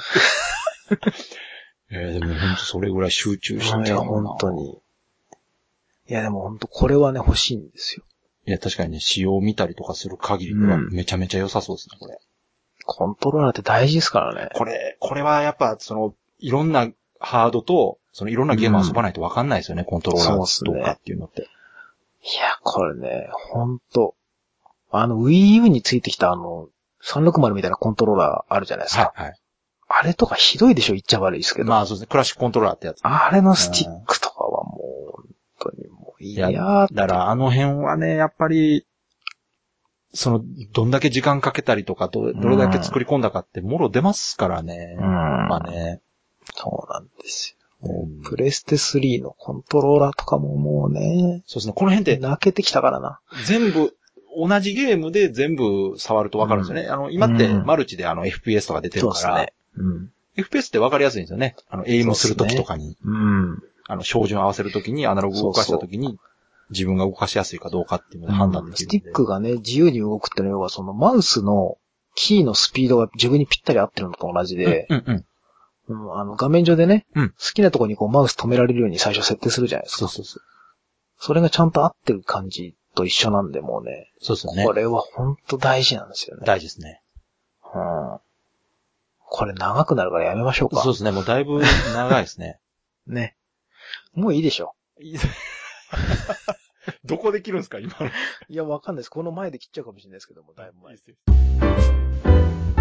えー、でもほんとそれぐらい集中してるな。 いや、本当に。いや、でも本当これはね、欲しいんですよ。 いや、確かにね、仕様を見たりとかする限りはめちゃめちゃ良さそうですね、これ。 コントローラーって大事ですからね。 これ、これはやっぱ、その、いろんなハードと、そのいろんなゲーム遊ばないと分かんないですよね、うん、コントローラーとかっていうのって。ね、 いや、これね、ほんと。あの、Wii U についてきたあの、さんびゃくろくじゅうみたいなコントローラーあるじゃないですか。はいはい。あれとかひどいでしょ、言っちゃ悪いですけど。 まあそうですね、クラシックコントローラーってやつ、ね。 あれのスティックとかはもう、本当にもう、いやー。 だからあの辺はね、やっぱり、その、どんだけ時間かけたりとか、ど、どれだけ作り込んだかって、もろ出ますからね。うん。まあね。 そうなんですよ。うん、プレステスリーのコントローラーとかももうね。 そうですね、この辺で。 泣けてきたからな。 全部、同じゲームで全部触ると分かるんですよね。うん、あの、今ってマルチであの エフピーエス とか出てるから。そうですね。うん。エフピーエス って分かりやすいんですよね。あの、エイムするときとかに。う、ね、うん。あの、照準合わせるときに、アナログ動かしたときに、そうそう自分が動かしやすいかどうかっていうので判断できる、うん。 スティックがね、自由に動くっていうのは、そのマウスのキーのスピードが自分にぴったり合ってるのと同じで、うんうんうん、うん、あの画面上でね、うん、好きなところにこうマウス止められるように最初設定するじゃないですか。そうそうそう。それがちゃんと合ってる感じと一緒なんで、もうね。そうですね。これは本当大事なんですよね。 大事ですね。 うん。これ長くなるからやめましょうか。 そうですね。もうだいぶ長いですね。 ね。もういいでしょ。 いいどこで切るんですか今の。 いや、わかんないです。この前で切っちゃうかもしれないですけども、だいぶ前です。